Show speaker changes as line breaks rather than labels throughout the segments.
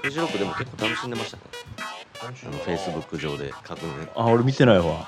フジロックでも結構楽しんでましたね。フェイスブック上で確認。
あ、俺見てないわ。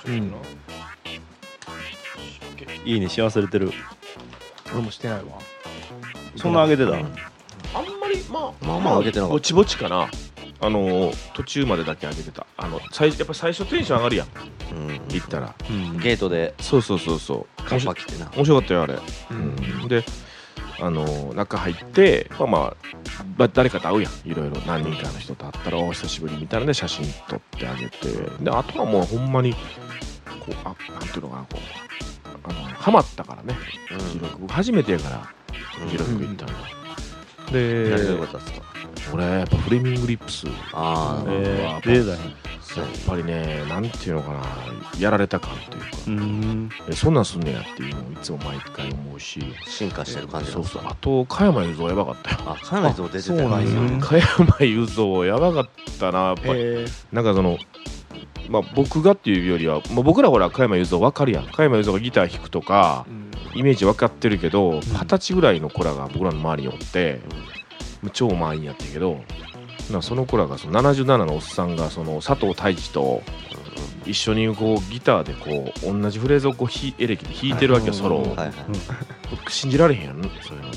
いいねし忘れてる。
俺もしてないわ。
そんな上げてた。
あんまりま
あ上げてなかった。
ぼちぼちかな。途中までだけ上げてた。やっぱ最初テンション上がるやん。行ったら。
ゲートで。
そう。
カッパ来てな。
面白かったよあれ。で、中入って誰かと会うやん。いろいろ何人かの人と会ったらお久しぶりみたいなで写真撮ってあげて、であとはもうほんまにこうなんていうのかな、こうハマったからね。フジロック僕初めてやからフジロック行ったの。で、
何が良かったですか？
俺やっぱフレミングリップス。
レーダーに。
やっぱりね、なんていうのかな、やられた感というか、そんなんすんねやっていうのをいつも毎回思うし、
進化してる感じ。
そう。あと加山雄三やばかったよ。
加山雄三出てたよ。
加山雄三やばかったな。やっぱりなんか僕がっていうよりは、僕らほら加山雄三分かるやん。加山雄三がギター弾くとかイメージ分かってるけど、20歳ぐらいの子らが僕らの周りにおって超満員やったけど、その子らが77のおっさんが佐藤太一と一緒にこうギターでこう同じフレーズをこうエレキで弾いてるわけよ、ソロを。信じられへんやん、そういうのって。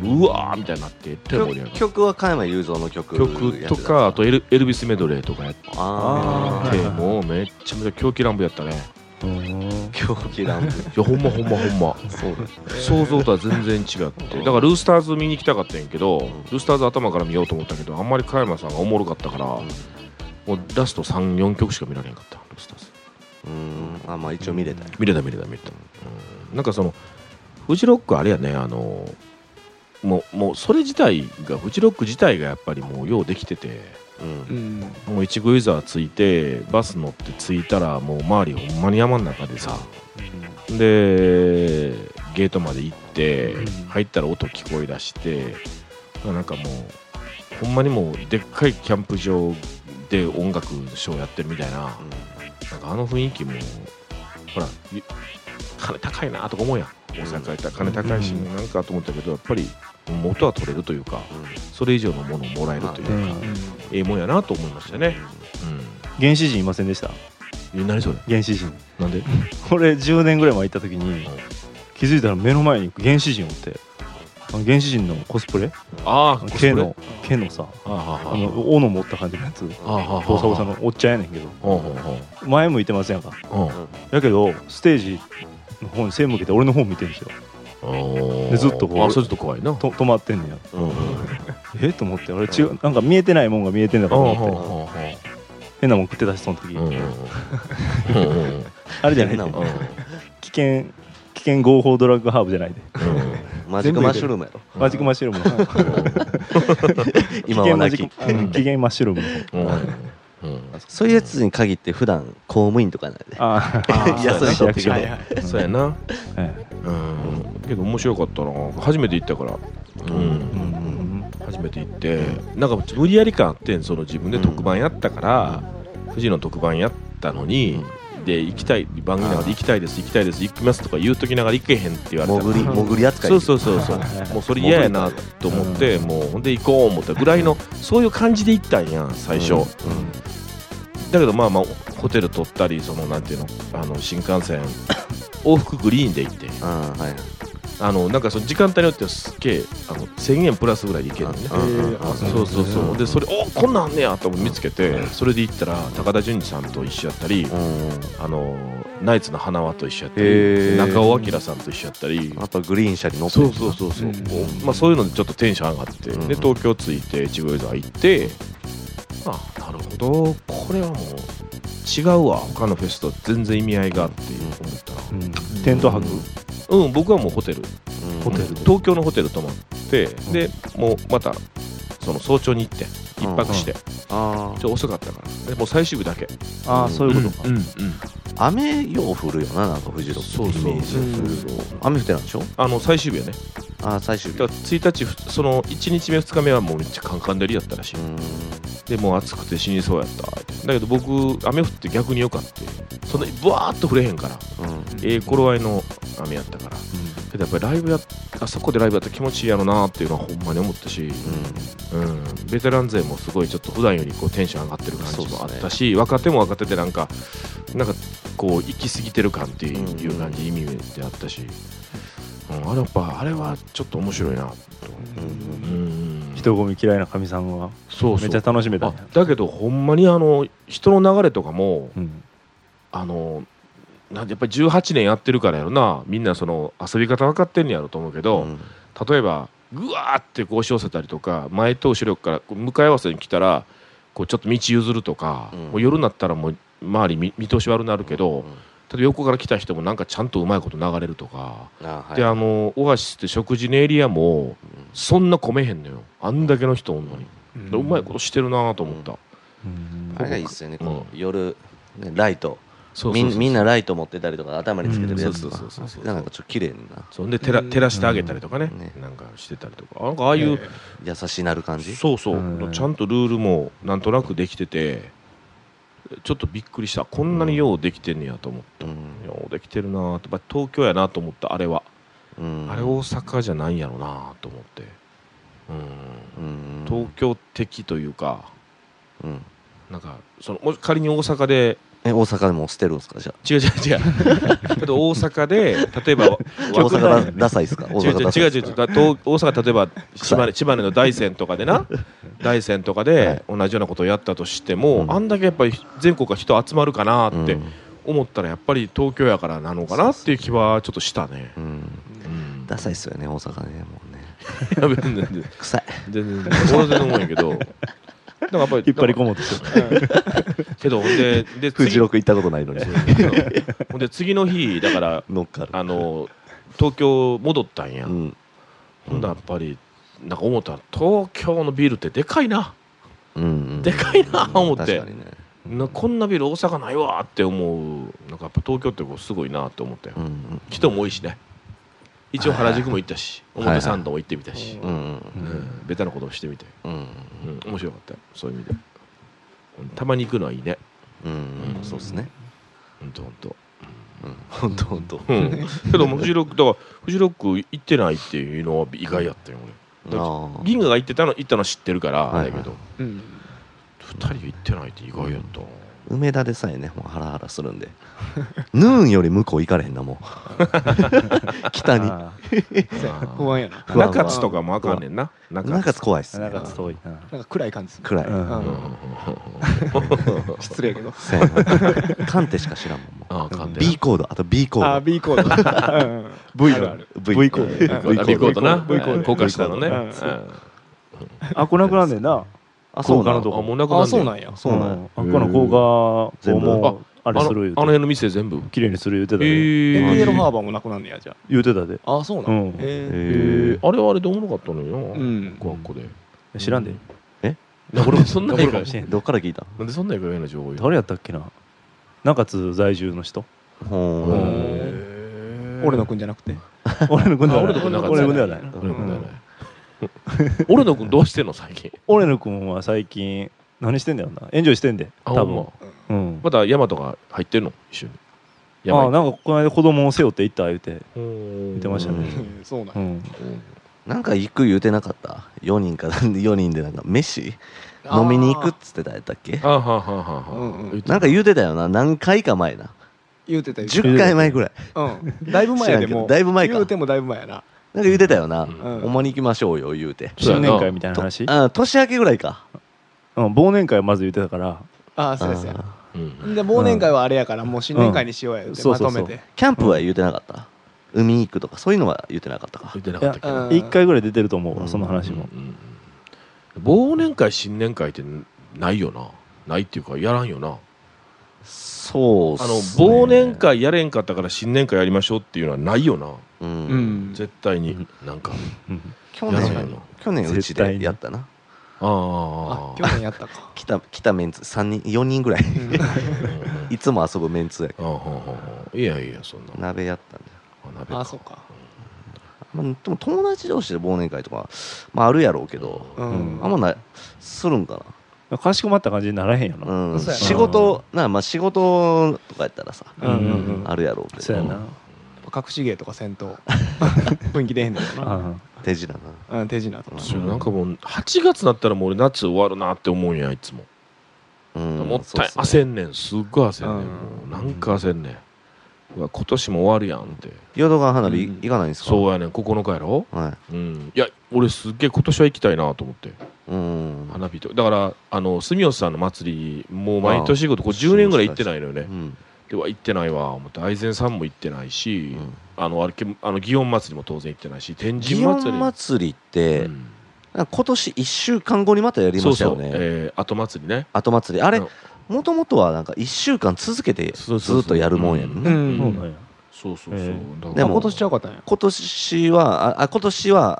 うわーみたいになって
曲は加山雄三の曲
とか、あとエルビスメドレーとかやってもうめっちゃめちゃ狂気乱舞やったね。
狂気乱舞。
いやほんま想像とは全然違って、だからルースターズ見に行きたかったんやけど、ルースターズ頭から見ようと思ったけど、あんまり加山さんがおもろかったから、もうラスト 3,4 曲しか見られへんかった。ルースターズ
一応見れた。
なんかフジロックあれやね、もうそれ自体がフジロック自体がやっぱりもうようできてて、もういちごユーザーついてバス乗って着いたらもう周りほんまに山の中でさ、でゲートまで行って入ったら音聞こえ出して、なんかもうほんまにもうでっかいキャンプ場で音楽ショーやってるみたいな、なんか雰囲気もほら金高いなとか思うやん。大阪行ったら金高いしなんかと思ったけど、やっぱり元は取れるというか、それ以上のものをもらえるというか、ええもんやなと思いましたね。
原始人いませんでした？
何それ？
原始人。
なんで？
俺10年ぐらい前行った時に気づいたら目の前に原始人おって、原始人のコスプレ？毛のさ、斧持った感じのやつ、ボサボサのおっちゃんやねんけど、前向いてませんか？だけどステージの方に背向けて俺の方向いてるんですよ。でずっとこう、
それちょっと怖いな。
止まってんねや。と思って、俺なんか見えてないもんが見えてんだと思って、変なもん食ってたしその時。あれじゃないで、危険合法ドラッグハーブじゃないで。
マジックマッシュルームやろ。
マジックマッシュルームの
今はなき
危険マッシュルームの方。
そういうやつに限って普段公務員とかなんで。いや、そう
やそうやな。けど面白かったな。初めて行ったから。初めて行ってなんか無理やり感あってん、自分で特番やったから、富士の特番やったのに、で行きたい番組の中で行きたいです行きますとか言うときながら行けへんって言われたら
潜り扱い。
そうもうそれ嫌やなと思って、もうほんで行こう思ったぐらいのそういう感じで行ったんや最初。だけどホテル取ったりなんていうの新幹線往復グリーンで行って、なんか時間帯によってはすっげえ1000円プラスぐらいで行けるのね。そうでそれこんなんあんねやと見つけて、それで行ったら高田純次さんと一緒やったり、ナイツの花輪と一緒やったり、中尾明さんと一緒やったり、
あとグリーン車に乗って
そうそういうのでちょっとテンション上がって、で東京着いて越後湯沢行って、なるほどこれはもう違うわ、他のフェスと全然意味合いがあって思ったら、
テント泊。
僕はもうホテル、東京のホテル泊まって、でもうまた早朝に行って一泊して、ちょっと遅かったから、でもう最終日だけ。
そういうことか。
雨よう降るよな、なんかフジロックってイメージする。雨降ってなんでしょ？
最終日やね。
最終日。
1日1日目2日目はもうめっちゃカンカン照りやったらしい。でもう暑くて死にそうやった。だけど僕雨降って逆によかって、そんなブワーっと降れへんから、頃合いの雨やったから、 けどやっぱりあそこでライブやったら気持ちいいやろなっていうのはほんまに思ったし、ベテラン勢もすごいちょっと普段よりこうテンション上がってる感じもあったし、若手も若手でなんかこう行き過ぎてる感っていう感じ、意味であったし、あれはちょっと面白いなと。
人混み嫌いなかみさんはめっちゃ楽しめたんや。
だけどほんまに人の流れとかも、やっぱり18年やってるからやろな、みんなその遊び方分かってんねやろと思うけど、例えばぐわーってこう押し寄せたりとか、前と後ろから向かい合わせに来たらこうちょっと道譲るとか、もう夜になったらもう周り見通し悪くなるけど、例えば横から来た人もなんかちゃんとうまいこと流れるとかで、オアシスって食事のエリアもそんな混めへんのよ、あんだけの人おんのに。うまいことしてるなと思った。
あれがいいっすよね、こう夜ライト、みんなライト持ってたりとか頭につけてるやつとか、なんかちょっと綺麗にな、
そんで照らしてあげたりとかね、なんかしてたりとか、なんかああいう
優しなる感じ、
そうちゃんとルールもなんとなくできてて、ちょっとびっくりした。こんなにようできてんねやと思った。ようできてるな。やっぱ東京やなと思った。あれは、あれ大阪じゃないんやろなと思って、東京的というか、なんかもし仮に大阪で
大阪でも捨てるんですか？じゃあ
違うけど大阪で例えば
大阪ダサいですか？
違う大阪例えば島根の大山とかでな大山とかで同じようなことをやったとしても、あんだけやっぱり全国が人集まるかなって思ったら、やっぱり東京やからなのかなっていう気はちょっとしたね。
ダサいっすよね大阪ね、もうね臭い、
全然俺で思うんやけど、だからやっぱり
引っ張り込もうとしてる
けど、で
フジロック行ったことないのに
ほんで次の日だから
乗っかる
東京戻ったんや。ほんでやっぱりなんか思ったら、東京のビルってでかいな、でかいな思って、こんなビル大阪ないわって思う。なんかやっぱ東京ってすごいなって思ったよ。人も多いしね。一応原宿も行ったし、表参道も行ってみたし、ベタなこともしてみて、面白かったよ、そういう意味で。たまに行くのはいいね。
そうですね、
ほんとけどフジロック行ってないっていうのは意外やったよ俺。銀河が行ったの知ってるからあれだけど、2人行ってないって意外やった。
梅田でさえね、もうハラハラするんでヌーンより向こう行かれへんな、もう北に
不安やな。
中津とかもあかんねんな。
中津怖いっすね。
中津遠いな。
なんか暗い感じする。
暗い、
失礼やけど
カンテしか知らんもん。もう B コード、あと B コード、
あ B コード
V コード
な、高架下のね。
あ、こなくなんねんな。
そうなの。
あ、そうなんや。
そうなんや。
あっこの高架全部あれする言うて、
あの辺の店全部
綺麗にする言うてたで。
NPL ハーバーもなくなんねや、じゃあ。
言うてたで。
あ、そうなん
あれはあれでおもろかったのよな、ここで。
知らんで。
俺もそんなにかしてん。
どっから聞いた？
なんでそんなにかな情報言う？
誰やったっけな。中津在住の人。
俺の君じゃなくて。
俺の君ではない。
俺の君ではない。俺の君どうしてんの最近？
俺の君は最近何してんだよな。エンジョイしてんで。多分。
またヤマトが入ってんの一緒に。
ああ、なんかこの間子供を背負って行った言うて言ってましたね。
そうなん。
なんか行く言うてなかった？ 4 人か4人でなんか飯飲みに行くっつってたやったっけ？なんか言うてたよな、何回か前な。
言うてたよ。
10回前ぐらい。
だいぶ前やでも。
だいぶ前か。
言うてもだいぶ前やな。
なんか言うてたよな。ほんまに行きましょうよ言うて。
新年会みたいな話？
年明けぐらいか。
忘年会まず言ってたから。
ああ、そうですよ。で忘年会はあれやからもう新年会にしようや言うてまとめて。
キャンプは言うてなかった？海行くとかそういうのは言ってなかったか。
言ってなかったけど。
1回ぐらい出てると思うわ、その話も。
忘年会新年会ってないよな。ないっていうかやらんよな。
そうっすね。
忘年会やれんかったから新年会やりましょうっていうのはないよな。絶対になんか
去年うちでやったな。
去年やったか。
来たメンツ3人4人ぐらいいつも遊ぶメンツやけ
ど。いやそんな
鍋やったんだ。
あ、そうか。
でも友達同士で忘年会とかあるやろうけど、あんまないするんか
な。かしこまった感じにならへんやろ。
仕事とかやったらさ、あるやろうけど。
そうやな。
ぱ隠し芸とかせんと雰囲気出へんだよな。
手品
な。手品とか。
なんかもう8月になったらもう俺夏終わるなって思うんやいつも。もったい焦んねん、すっごい焦んねん、もうなんか焦んねん。今年も終わるやんって。
淀川花火行かないんですか？
そうやねん、9日やろ。いや俺すっげえ今年は行きたいなと思って。花火とだから住吉さんの祭りもう毎年ごと10年ぐらい行ってないのよね。では行ってないわ思って、愛禅さんも行ってないし、祇園祭りも当然行ってないし、天神祭り。祇園
祭りって今年1週間後にまたやりましたよね。
後祭りね。
後祭りあれもともとはなんか1週間続けてずっとやるもんやね。
そう
でも今年ちゃうかったんや。
今年は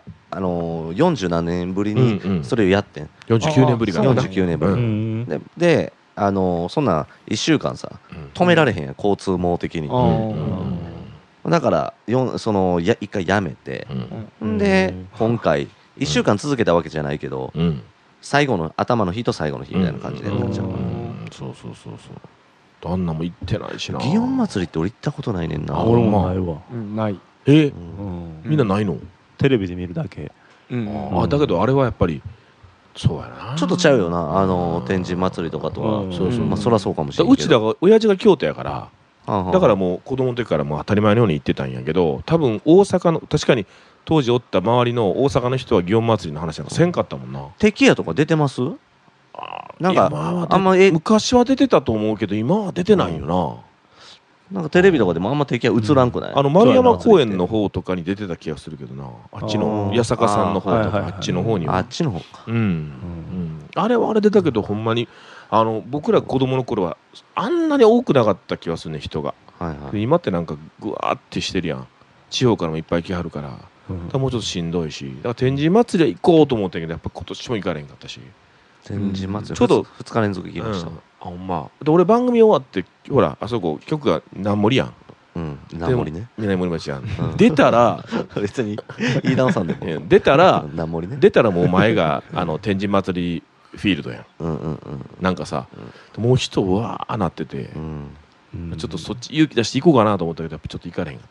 40何年ぶりにそれをやってん。
49年ぶりかな。
49年ぶりでそんな1週間さ止められへんやん、交通網的に。だから1回やめて、で今回1週間続けたわけじゃないけど、最後の頭の日と最後の日みたいな感じでやっちゃう。
そう旦那も行ってないしな。
祇園祭りって俺行ったことないねんな。
俺もないわ。
ない。
みんなないの？
テレビで見るだけ。
だけどあれはやっぱりそうやな。
ちょっとちゃうよな、天神祭りとかとは。そりゃそうかもしれない。
うちだから親父が京都やから、だからもう子供の時からもう当たり前のように行ってたんやけど、多分大阪の確かに当時おった周りの大阪の人は祇園祭りの話なんかせんかったもんな。
敵屋とか出てます？なんかあんま
昔は出てたと思うけど今は出てないよ
な。なんかテレビとかでもあんま敵屋映らんくない？
丸山公園の方とかに出てた気がするけどな。あっちの八坂さんの方とかあっちの方には。
あっちの方か。
あれはあれでだけどほんまに僕ら子供の頃はあんなに多くなかった気がするね、人が。今ってなんかぐわーってしてるやん。地方からもいっぱい来はるから。もうちょっとしんどいし、だから天神祭りは行こうと思ったけどやっぱ今年も行かれへんかったし。
天神祭りちょうど2日連続行きました。
ほんまで俺番組終わってほらあそこ局が南森やん。
南森ね。
南森町やん。出たら
別に言い直さんでも
出たら
南森ね。
出たらもう前が天神祭りフィールドやん。なんかさもう人わーなってて、ちょっとそっち勇気出して行こうかなと思ったけどやっぱちょっと行かれへんかった。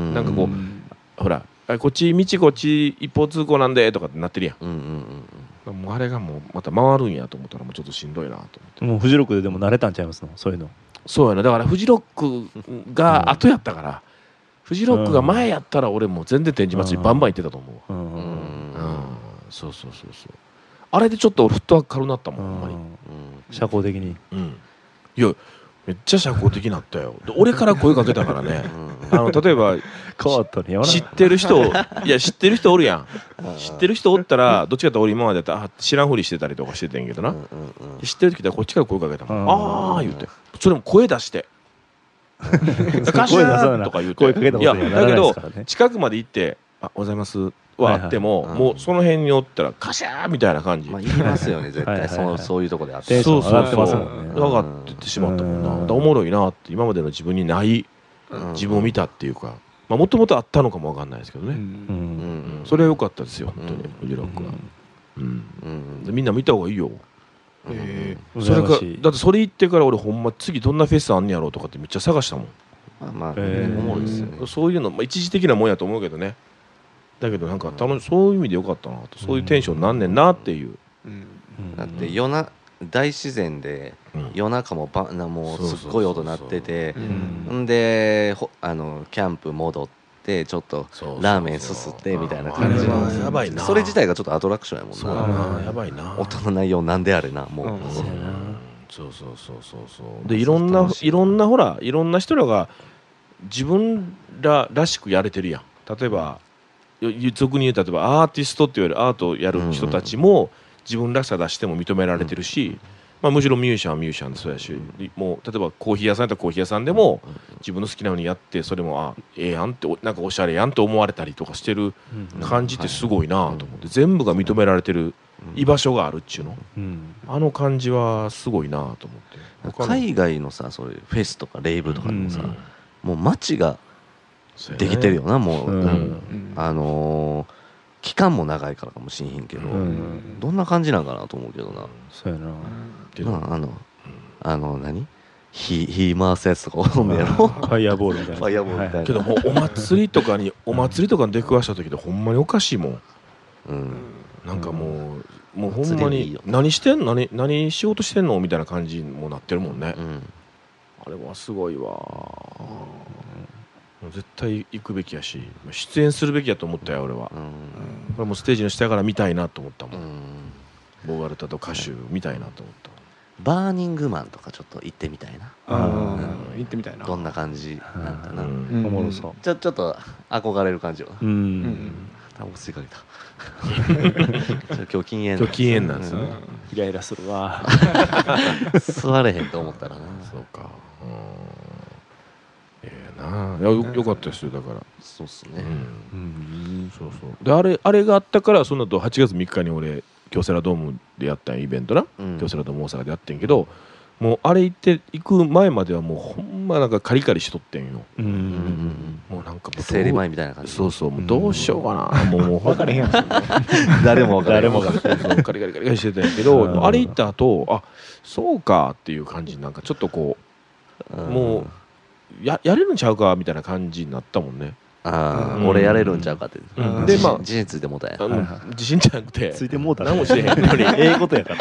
なんかこうほらこっち道こっち一方通行なんでとかってなってるやん。もうあれがもうまた回るんやと思ったらもうちょっとしんどいなと思って。
もうフジロックででも慣れたんちゃいますのそういうの。
そうやな、だからフジロックが後やったから、フジロックが前やったら俺もう全然天神祭りバンバン行ってたと思う。そうあれでちょっとフットワーク軽なったもんほんまに。
社交的に。
いやめっちゃ社交的になったよ。俺から声かけたからね。例えば知ってる人おるやん。知ってる人おったらどっちかって俺今までやったら知らんふりしてたりとかしてたんやけどな。知ってる時はこっちから声かけたもん。ああ言うて、それも声出してガシャーとか言うて、いやだけど近くまで行っておはようございますはあっても、もうその辺におったらカシャーみたいな感じ。
言いますよね絶対。そういうとこであって。
そう上がってってしまったもんな。おもろいなって今までの自分にない自分を見たっていうか、もともとあったのかもわかんないですけどね。それは良かったですよ本当にフジロックは。みんな見た方がいいよ。それかだってそれ言ってから俺ほんま次どんなフェスあんねやろうとかってめっちゃ探したもん。
おもろいですよね。
そういうの一時的なもんやと思うけどね。だけどなんかそういう意味でよかったなと、そういうテンションなんねんなっていう。
だって大自然で夜中ももうすっごい音鳴ってて、んでキャンプ戻ってちょっとラーメンすすってみたいな感じで、
やばいな。
それ自体がちょっとアトラクションやもんな。
そうだな、やばいな。
音の内容なんであれなもう。
そうでいろんなほらいろんな人らが自分らしくやれてるやん。例えば俗に言う例えばアーティストっていわれるアートをやる人たちも自分らしさ出しても認められてるし、むしろミュージシャンはミュージシャンでそうやし、もう例えばコーヒー屋さんやったらコーヒー屋さんでも自分の好きなようにやってそれもええやんってなんかおしゃれやんと思われたりとかしてる感じってすごいなと思って、全部が認められてる居場所があるっちゅうの、あの感じはすごいなと思って。
海外のさそういうフェスとかレイブとかでもさ、もう街ができてるよなもう。期間も長いからかもしれへんけど、どんな感じなんかなと思うけどな。
そうやな。
何火回すやつとかおんねやろ。
ファイヤーボールみたいな。
ファイヤーボールみたいな。
けどもうお祭りとかに出くわした時でほんまにおかしいもん。なんかもうほんまに何してんの何仕事してんのみたいな感じにもなってるもんね。あれはすごいわ。絶対行くべきやし出演するべきやと思ったよ俺は。これもステージの下から見たいなと思ったもん。ボーガルタと歌手見たいなと思った。
バーニングマンとかちょっと行ってみたいな。
行ってみたいな。
どんな感じなんかな。お
もろそう。
ちょっと憧れる感じよ。タバコ吸いかけた。今日禁煙。
今日禁煙なんですね。
イライラするわ。
座れへんと思ったらな。
そうか。よかったですよだから。
そうっすね。
そうそうであれがあったからその後8月3日に俺京セラドームでやったイベントな、京セラドーム大阪でやってんけど、もうあれ行く前まではもうほんまなんかカリカリしとってんよ。もうなんか
生理前みたいな感じ。
そうそうもうどうしようかなもう
分かれへんやん。
誰もが
カリカリしてたんやけど、あれ行った後あそうかっていう感じなんかちょっとこうもうやれるんちゃうかみたいな感じになったもんね。
俺やれるんちゃうかって。
でまあ
自信ついてもうたや
ん。自信じゃなくて
ついてもうた
何もしてへんのに
ええことやから。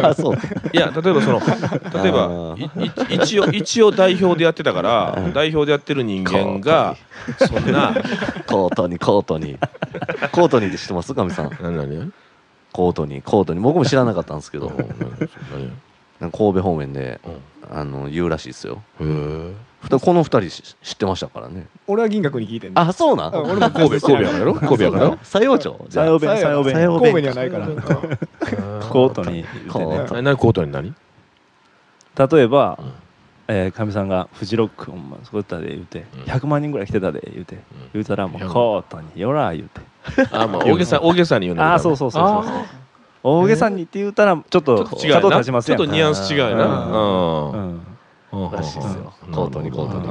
そう。
いや例えば一応代表でやってたから代表でやってる人間がそんな
コートニーって知ってますかみさん。
何
コートニー僕も知らなかったんですけど神戸方面で言うらしいですよ。この2人知ってましたからね。
俺は銀閣に聞いてんね。
あ、そうなん。
俺も
神戸やから神戸やから
佐用町。
佐用弁
神戸にはないから。
コートに
何コートに何。
例えばかみさんがフジロックほんまそうやったで言うて100万人ぐらい来てたで言うたらもうコートによら言うて。
まあ大げさに言うの。
そう大げさにって言うたらちょっと角立ちますやん。
ちょっとニュアンス違うよな。
らしいですよ。コートに。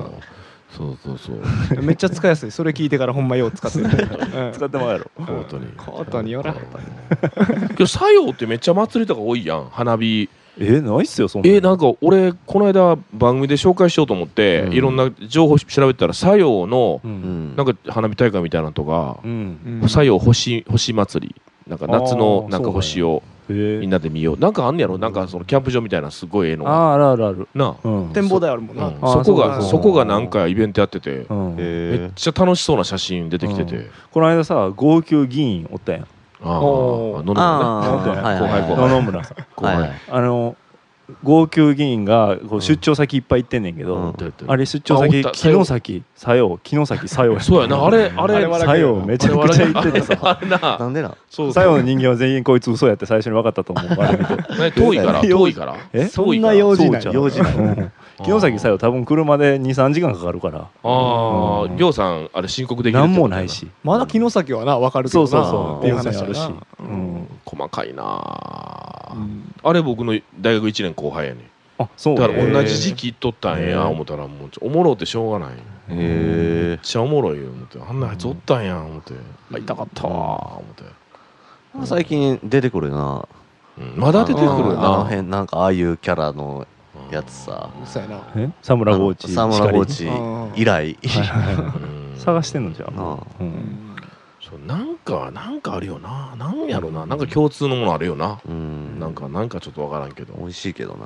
そう
めっちゃ使いやすい。それ聞いてからほんまよう使ってる。
使ってもらえろ。
コ
ートによら。
今日作用ってめっちゃ祭りとか多いやん花火。
ないっすよそんな。
なんか俺この間番組で紹介しようと思っていろんな情報調べたら作用のなんか花火大会みたいなのとか作用星祭りなんか夏のなんか星をみんなで見ようなんかあんねやろなんかそのキャンプ場みたいなすごいの
ある
な
展望台あるもんな。
そこがなんかイベントやっててめっちゃ楽しそうな写真出てきてて
この間さ号泣議員おったやん。
野々
村さん号泣議員が出張先いっぱい行ってんねんけどあれ出張先城崎佐用
そうやなあれ
佐用めちゃくちゃ行っててさ
なんでな
佐用の人間は全員こいつ嘘やって最初に分かったと思う。
遠いから
そんな用事ない。
城崎佐用多分車で 2,3 時間かかるから
りょうさんあれ申告できる
何もないし
まだ城崎はな分かるけどなっていう話あるし
細かいなあれ僕の大学1年後輩やね
あそう
だから同じ時期行っとったんや思ったらもうおもろってしょうがないめっちゃおもろいよ思ってあんなやつおったんや思って痛かったわ思って
最近出てくるな
まだ出てくるな
あの辺なんかああいうキャラのやつさ
そうやな
サムラゴーチ
以来
探してんのじゃあ
なんかあるよななんやろななんか共通のものあるよななんかちょっとわからんけど
美味しいけどな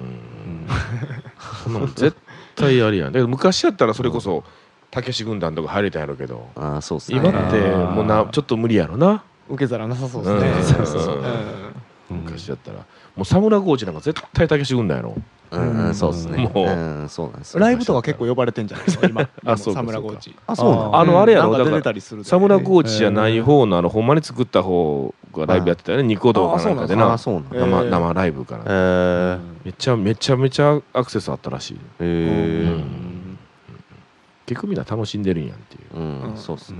そんなの絶対ありやんだけど昔やったらそれこそたけし軍団とか入れたんやろうけど今ってもうちょっと無理やろな
受け皿なさそうですね
昔やったらもうサムラゴーチなんか絶対たけし軍団やろ
そうですね
そうなんですライブとか結構呼ばれてんじゃないですか今サムラゴーチ
あれやろだからサムラゴーチじゃない方のほんまに作った方がライブやってたよねニコ動かなんかでな生ライブからめちゃめちゃアクセスあったらしい結構みんな楽しんでるんやんっていう
そうですね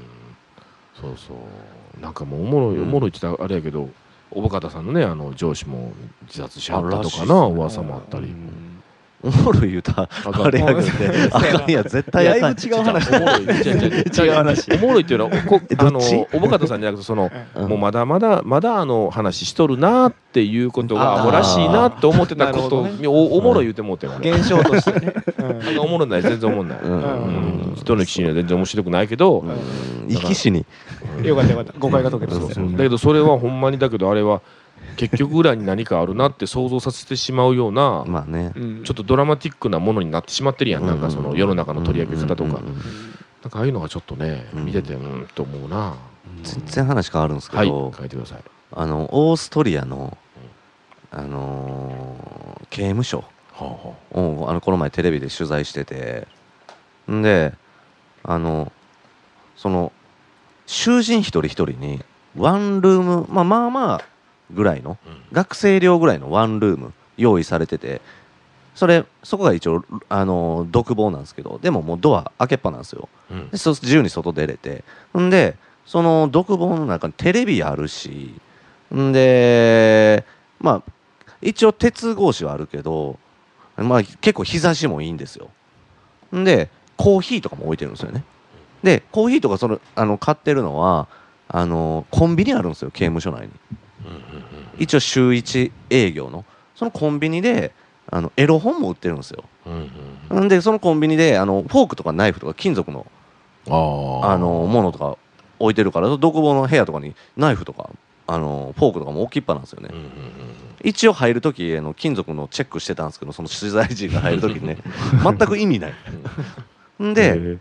そうなんかもうおもろいって言ったらあれやけど小保方さんのね上司も自殺しはったとかな噂もあったり
おもろい言うたあれやけどねあかんや絶対あかん
だいぶ違う話
おもろい違う話おもろいっていうのはおぼかたさんじゃなくてもうまだ話しとるなっていうことがアホらしいなって思ってたことをおもろい言うてもうて
現象としてね
おもろない全然おもろない人の騎士には全然面白くないけど
生き死に
よかったよかった誤解が解けた
だけどそれはほんまにだけどあれは結局裏に何かあるなって想像させてしまうような
まあね
ちょっとドラマティックなものになってしまってるやんなんかその世の中の取り上げ方とかなんかああいうのがちょっとね見ててと思うな
全然話変わるんですけど
はい書いてください
オーストリアの刑務所をこの前テレビで取材しててんでその囚人一人一人にワンルームまあまあぐらいの学生寮ぐらいのワンルーム用意されててそこが一応独房なんですけどでももうドア開けっぱなんですよで自由に外出れてんでその独房の中にテレビあるしんでまあ一応鉄格子はあるけどまあ結構日差しもいいんですよんでコーヒーとかも置いてるんですよねでコーヒーとか買ってるのはコンビニあるんですよ刑務所内に一応週1営業のそのコンビニでエロ本も売ってるんですよでそのコンビニでフォークとかナイフとか金属のものとか置いてるから独房の部屋とかにナイフとかフォークとかも置きっぱなんですよね一応入るとき金属のチェックしてたんですけどその取材陣が入るときにね全く意味ないんで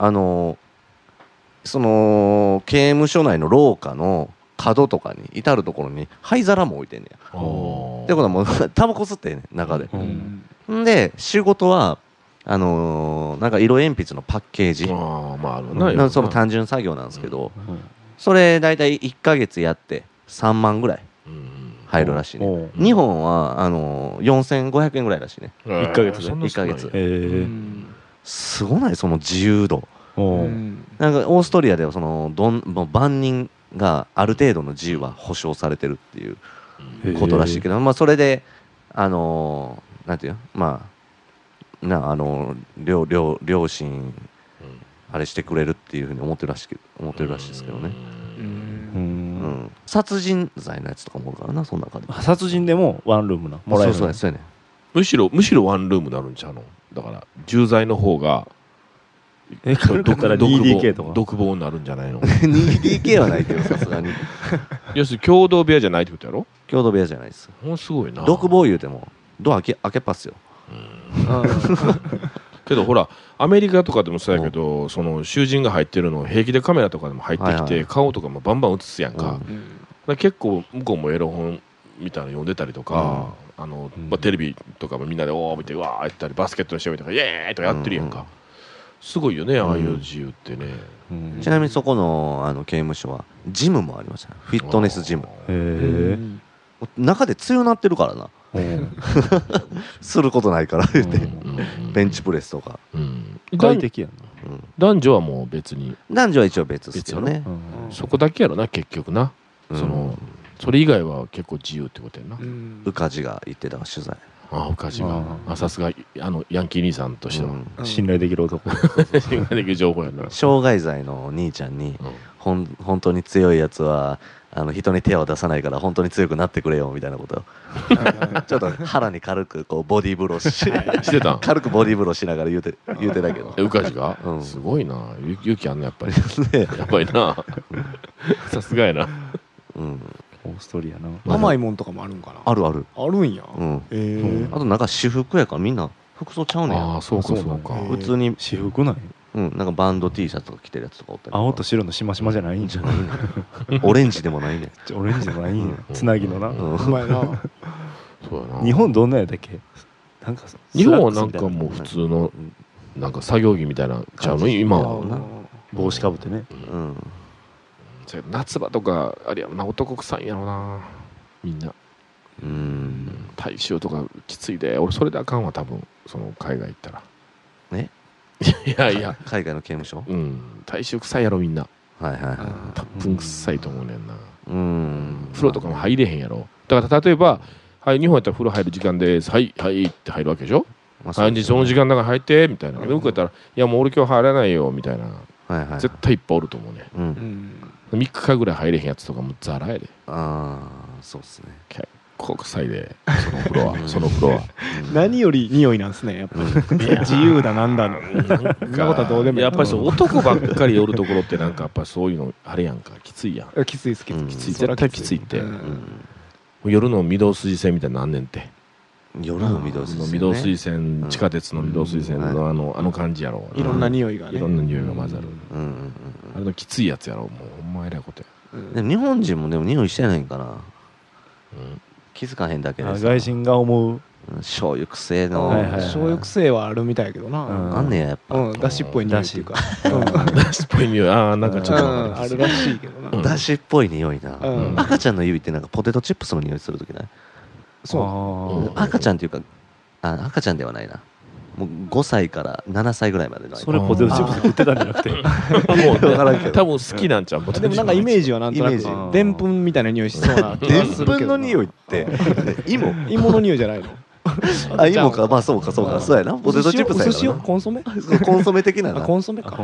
その刑務所内の廊下の角とかに至るところに灰皿も置いてんねやってことはもうタバコ吸ってんねん中でんで仕事はなんか色鉛筆のパッケージその単純作業なんですけどそれ大体1ヶ月やって3万ぐらい入るらしいね日本は4500円ぐらいらしいね
1ヶ月で
1ヶ月すごないその自由度なんかオーストリアでは万人がある程度の自由は保障されてるっていうことらしいけどまあそれでなんていうまあ両親あれしてくれるっていうふうに思ってるらしいですけどね殺人罪のやつとかもおるからなその中で
殺人でもワンルームなもらえる
そうやね
むしろワンルームになるんちゃうのだから重罪の方が
軽かったら 2DK とか
独房になるんじゃないの
2DK はないけどさすがに
要するに共同部屋じゃないってことやろ
共同部屋じゃないです
すごいな
独房言うてもドア開けっぱっすよ
けどほらアメリカとかでもそうやけどその囚人が入ってるのを平気でカメラとかでも入ってきて顔とかもバンバン映すやんか結構向こうもエロ本みたいなの読んでたりとかテレビとかもみんなでおー見てうわーやったりバスケットの試合とかイエーイとかやってるやんかすごいよねああいう自由ってね
ちなみにそこの刑務所はジムもありましたねフィットネスジム中で強なってるからなすることないから言ってベンチプレスとか
快適やな
男女はもう別に
男女は一応別ですよね
そこだけやろな結局なそれ以外は結構自由ってことやな
宇梶が言ってた取材
宇梶がさすがヤンキー兄さんとしては
信頼できる男
信頼できる情報やな
傷害罪の兄ちゃんに本当に強いやつは人に手を出さないから本当に強くなってくれよみたいなことちょっと腹に軽くこうボディーブロー
してた
軽くボディーブローしながら言うてたけど
宇梶がすごいな勇気あんのやっぱりやっぱりなさすがやな
オーストリアな
甘いもんとかもあるんかな
あるん
や
あとなんか私服やからみんな服装ちゃうねん
そうか
普通に
私服ない
なんかバンド T シャツとか着てるやつとかおったり
青と白のしましまじゃないんじゃない
オレンジでもないね
オレンジでもないんやつなぎのな日本どんなやだっけなんか
日本はなんかもう普通のなんか作業着みたいなちゃうの今は
帽子かぶってね
夏場とかあれやろな男臭いんやろなみんな大衆とかきついで俺それであかんわ多分その海外行ったら
ね
いや
海外の刑務所
大衆臭いやろみんな
た
っぷん臭いと思うねんな風呂とかも入れへんやろだから例えば日本やったら風呂入る時間ではいって入るわけでしょその時間の中に入ってみたいな。僕やったらいやもう俺今日入らないよみたいな。絶対いっぱいおると思うね。3日間ぐらい入れへんやつとかもザラやで。
ああそうっすね。
結構臭いでその風呂は。
何より匂いなんですねやっぱり。自由だなんだの。そんなことはどうでもいい。
やっぱりそう男ばっかりおるところってなんかやっぱそういうのあれやんかきついやん。
きついですきつい。
絶対きついって。夜の御堂筋線みたいなのあんねんって。
夜の御堂
筋線地下鉄の御堂筋線のあの感じやろ。
いろんな匂いがね。
いろんな匂いが混ざる。あれのきついやつやろもうほんま偉いことや。
でも日本人もでも匂いしてないんかな。気づかへんだけでさ。
外人が思う
醤油癖の
醤油癖はあるみたいやけどな。
あんねややっぱ。
だしっぽい匂いっていうか。
だしっぽい匂いなんかちょっと
あるらしいけどな。
だしっぽい匂いな。赤ちゃんの指ってなんかポテトチップスの匂いするときない？そう。赤ちゃんっていうか赤ちゃんではないな。もう5歳から7歳ぐらいまでの。
それポテトチップス食ってたんじゃなくて。もう
多分好きなんちゃう。
でもなんかイメージはなんとなくでんぷんみたいな匂いしそうな。
でんぷんの匂いって
芋の匂いじゃないの？
芋かまあそうやな。ポテトチップスやからな。
コンソメ？
コンソメ的なな。
コンソメか。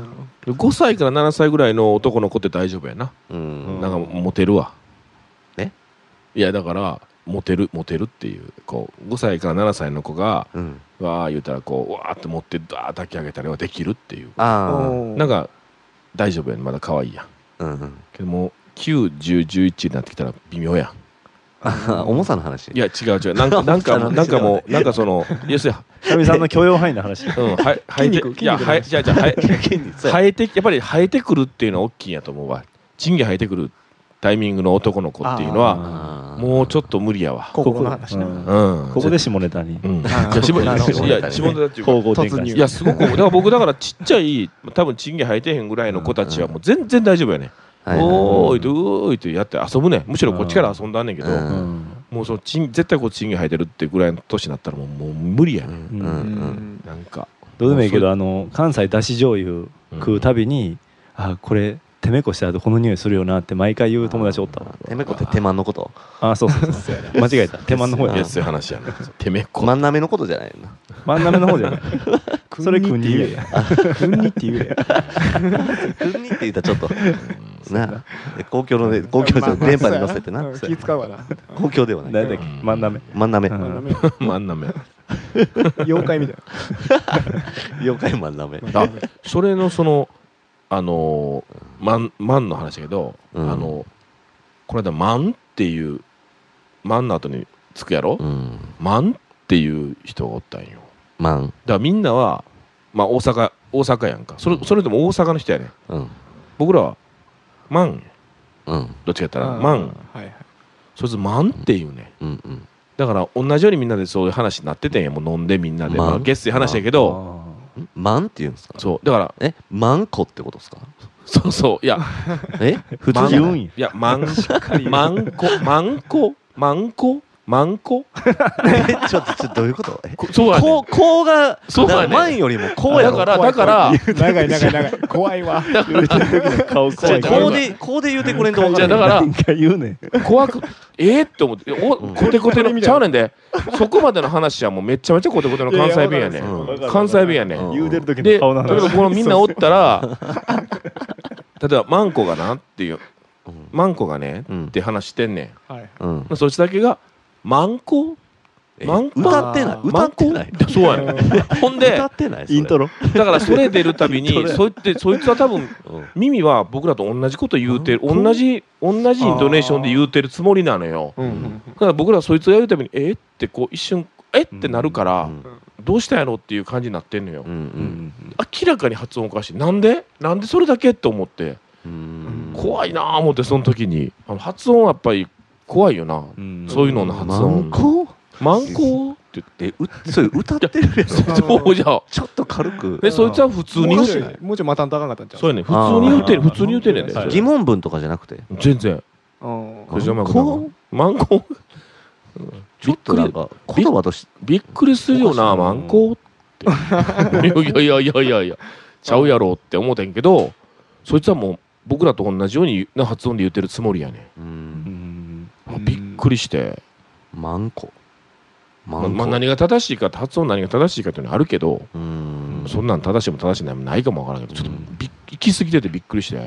5歳から7歳ぐらいの男の子って大丈夫やな。なんかモテるわ。いやだからモテるっていうこう5歳から7歳の子がわー言うたらこうわーって持ってダー抱き上げたりはできるっていう。なんか大丈夫やんまだ可愛いやん。けども9、10、11になってきたら微妙やん。
重さの話。
いや違うなんかもうなんかその要するに
かみさんの許容範囲の話。
生えてやっぱり生えてくるっていうのは大きいんやと思うわ。チンゲ生えてくるタイミングの男の子っていうのはもうちょっと無理やわ。
ここの話ね。
ここで下ネタに。
下ネタっていうかいやすごく僕だからちっちゃい多分チンゲ生えてへんぐらいの子たちはもう全然大丈夫やね。おーいとうーいとやって遊ぶね。むしろこっちから遊んだんねんけどもうその絶対こうチンゲ生えてるってぐらいの年になったらもう無理やね。なんか
どうでもいいけど関西だし醤油食うたびにこれてめこした後この匂いするよなって毎回言う友達おったわ。
てめこって手間のこと？
そう間違えた。手間の方や。
そういう話やね。てめこ。
真ん中のことじゃないな。
真ん中の方じゃない。それくんに言えや。くんにって言えや。
くんにって言ったらちょっとな公共の電波に乗せてな。
気使うわな。
公共ではない。
誰だっけ？真ん中。
妖怪みたいな。
妖怪真ん中。
それのその万の話だけど、この間万っていう万の後につくやろ、万っていう人がおったんよ。
万
だからみんなはまあ大阪やんか。それでも大阪の人やね。僕らは万どっちかやったら万そいつ万っていうね。だから同じようにみんなでそういう話になっててんや。もう飲んでみんなでゲスい話やけど
万って言うんですか？
そうだから
万個ってことですか？
そういや
普通言うんや。
いや万個ちょっ
とどういうこと？
そうやね。
こうが
そうやね。
万よりもこうやろ。
だから
長い怖いわ。
顔怖い。
こうで言うてくれんと分
からん。だから
言うね。
怖くって思ってコテコテのちゃうねんで。そこまでの話はもうめちゃめちゃコテコテの関西弁やね。関西弁やね。
言うてる時
の
顔の話。
例えばこのみんなおったら例えばマンコがなっていうマンコがねって話してんねん。そっちだけがマンコ
歌ってない
そうやね。ほんで
イントロ
だからそれ出るたびにそいつは多分耳は僕らと同じこと言うてる同じイントネーションで言うてるつもりなのよ。だから僕らそいつが言うたびにってこう一瞬ってなるからどうしたんやろっていう感じになってんのよ。明らかに発音おかしい。なんでそれだけって思って怖いなあ思ってその時に発音はやっぱり怖いよな。そういうのの発音マンコって
言ってそれ歌ってるやん。
そうじゃあ
ちょっと軽く
そいつは普通に言うて
もうちょい待たんとあかんかったんちゃう？
そうやね。普通に言うてんねんで。
疑問文とかじゃなくて
全然マンコ
ちょっとなんか言葉として
びっくりするよなマンコっていやちゃうやろって思うてんけどそいつはもう僕らと同じようにな発音で言ってるつもりやね。びっくりして
マンコ
何が正しいか発音何が正しいかっていうのはあるけど、そんなん正しいも正しいもないかもわからんけど、ちょっと行き過ぎててびっくりして、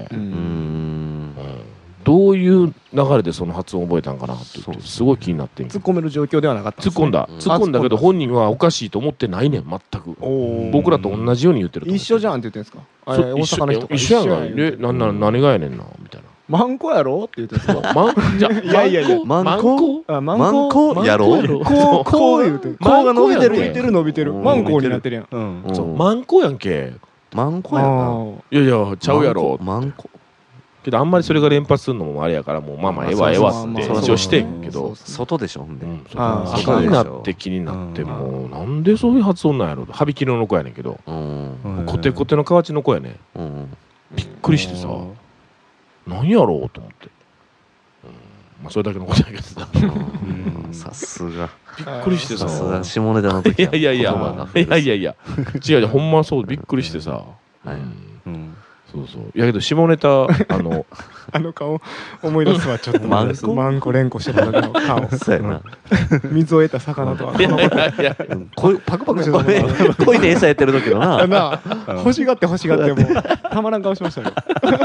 どういう流れでその発音を覚えたんかなって言ってすごい気になってん。
突っ込める状況ではなかった。
突っ込んだけど本人はおかしいと思ってないねん、全く。僕らと同じように言ってる。
一緒じゃんって言ってんですか。大阪の人
一緒やんが何がやねんなみたいな。
マンコやろって言ってんすか。
いやマンコやろ。
こう言うてる。こうが伸びてる伸びてる。マンコになってるやん。
マンコやんけ。
マンコやな。
いやいやちゃうやろ。
マンコ。
けどあんまりそれが連発するのもあれやから、もうまあええわって一応してんけど、
外でしょ。ほんで
気になってもうなんでそういう発音なんやろ。羽曳野の子やねんけど、コテコテの河内の子やねん。びっくりしてさ、何やろうと思って、それだけのことやけどさ、
さすが
びっくりしてさ、
さすが下ネタの時。
いや違うほんまそうびっくりしてさ。そういやけど下ネタ
あの顔思い出すわ。ちょっとマンコ連呼してた時の顔。
そうやな。
水を得た魚とは
パクパクして恋で餌やってる時のな。
欲しがってもうたまらん顔しましたね。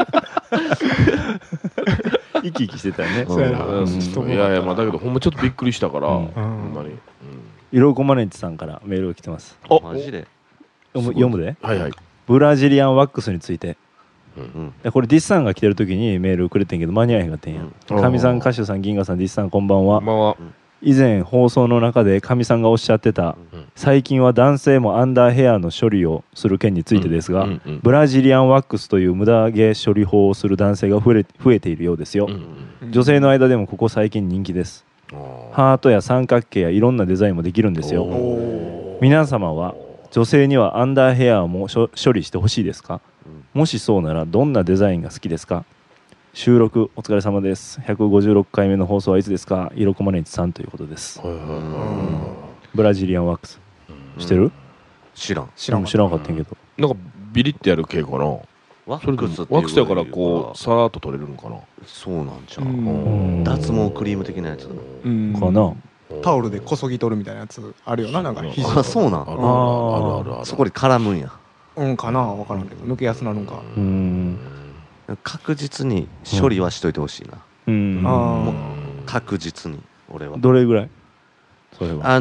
生き生きしてたよね。
いやだけどほんまちょっとびっくりしたから、ほんまに。
いろこまねんちさんからメールが来てます。
マジで
読むで。
はいはい。
ブラジリアンワックスについて。これディスさんが来てる時にメールくれてんけど間に合えへんかったんや。かみさん、歌手さん、銀河さん、ディスさんこんばんは。以前放送の中でかみさんがおっしゃってた、最近は男性もアンダーヘアの処理をする件についてですが、ブラジリアンワックスという無駄毛処理法をする男性が増えているようですよ。女性の間でもここ最近人気です。ハートや三角形やいろんなデザインもできるんですよ。皆様は女性にはアンダーヘアも処理してほしいですか？もしそうならどんなデザインが好きですか？収録お疲れ様です。156回目の放送はいつですか？いろこまねちさんということです。ブラジリアンワックス知ってる？
知らん
かったんけど、
なんかビリってやる系かな。
ワックスって
ワックスやからこうさーっと取れるのかな。
そうなんじゃん。脱毛クリーム的なやつ
かな。
タオルでこそぎ取るみたいなやつあるよな。なんか
あ、そうなん。あるそこに絡むんや。
かな、分からんけど抜けやすなるんか。
確実に処理はしといてほしいな。確実に俺は。
どれぐらい？それは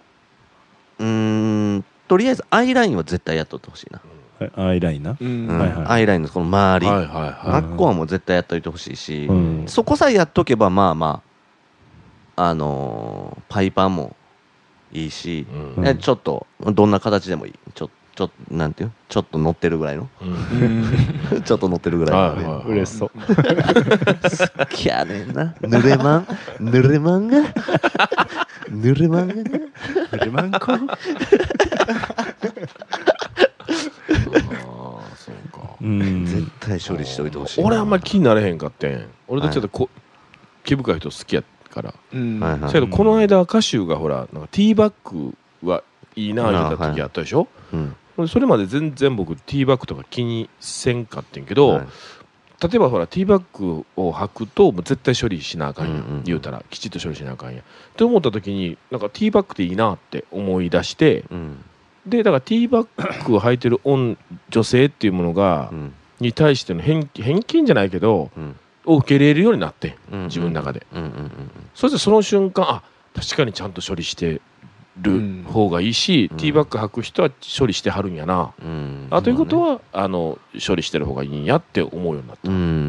とりあえずアイラインは絶対やっとってほしいな。
アイラインな。
アイラインのこの周り、あっこはもう絶対やっといてほしいし、そこさえやっとけばまあパイパンもいいし、ちょっとどんな形でもいい。ちょっとなんていう、ちょっと乗ってるぐらいの、ちょっと乗ってるぐらいの、
嬉しそう。
好きやねんな。濡れまんが濡れまんこ。絶対処理しておいてほしい。
俺あんまり気になれへんかってん。俺とちょっと毛深い人好きやから。だけどこの間歌手がほらなんかティーバッグはいいな言った時あったでしょ。それまで全然僕ティーバッグとか気にせんかってんけど、例えばほらティーバッグを履くともう絶対処理しなあかんやん、言うたらきちっと処理しなあかんやんって思った時になんかティーバッグっていいなって思い出して、でだからティーバッグを履いてる女性っていうものが、に対しての偏見じゃないけど、を受け入れるようになって自分の中で、そしてその瞬間確かにちゃんと処理してる方がいいし、ティーバッグ履く人は処理してはるんやな、ということは処理してる方がいいんやって思うようになった。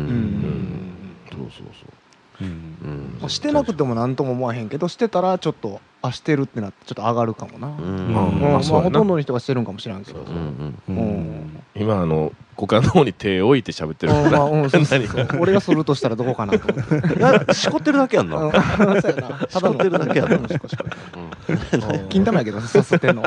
そう
してなくても何とも思わへんけど、してたらちょっとしてるってなってちょっと上がるかもな。ほとんどの人がしてるんかもしれんけど、
今股間の方に手を置いて喋ってるから
俺がするとしたらどこかなと思って。
しこってるだけやんな。しこってるだけやんな。
金玉やけどさすってんの。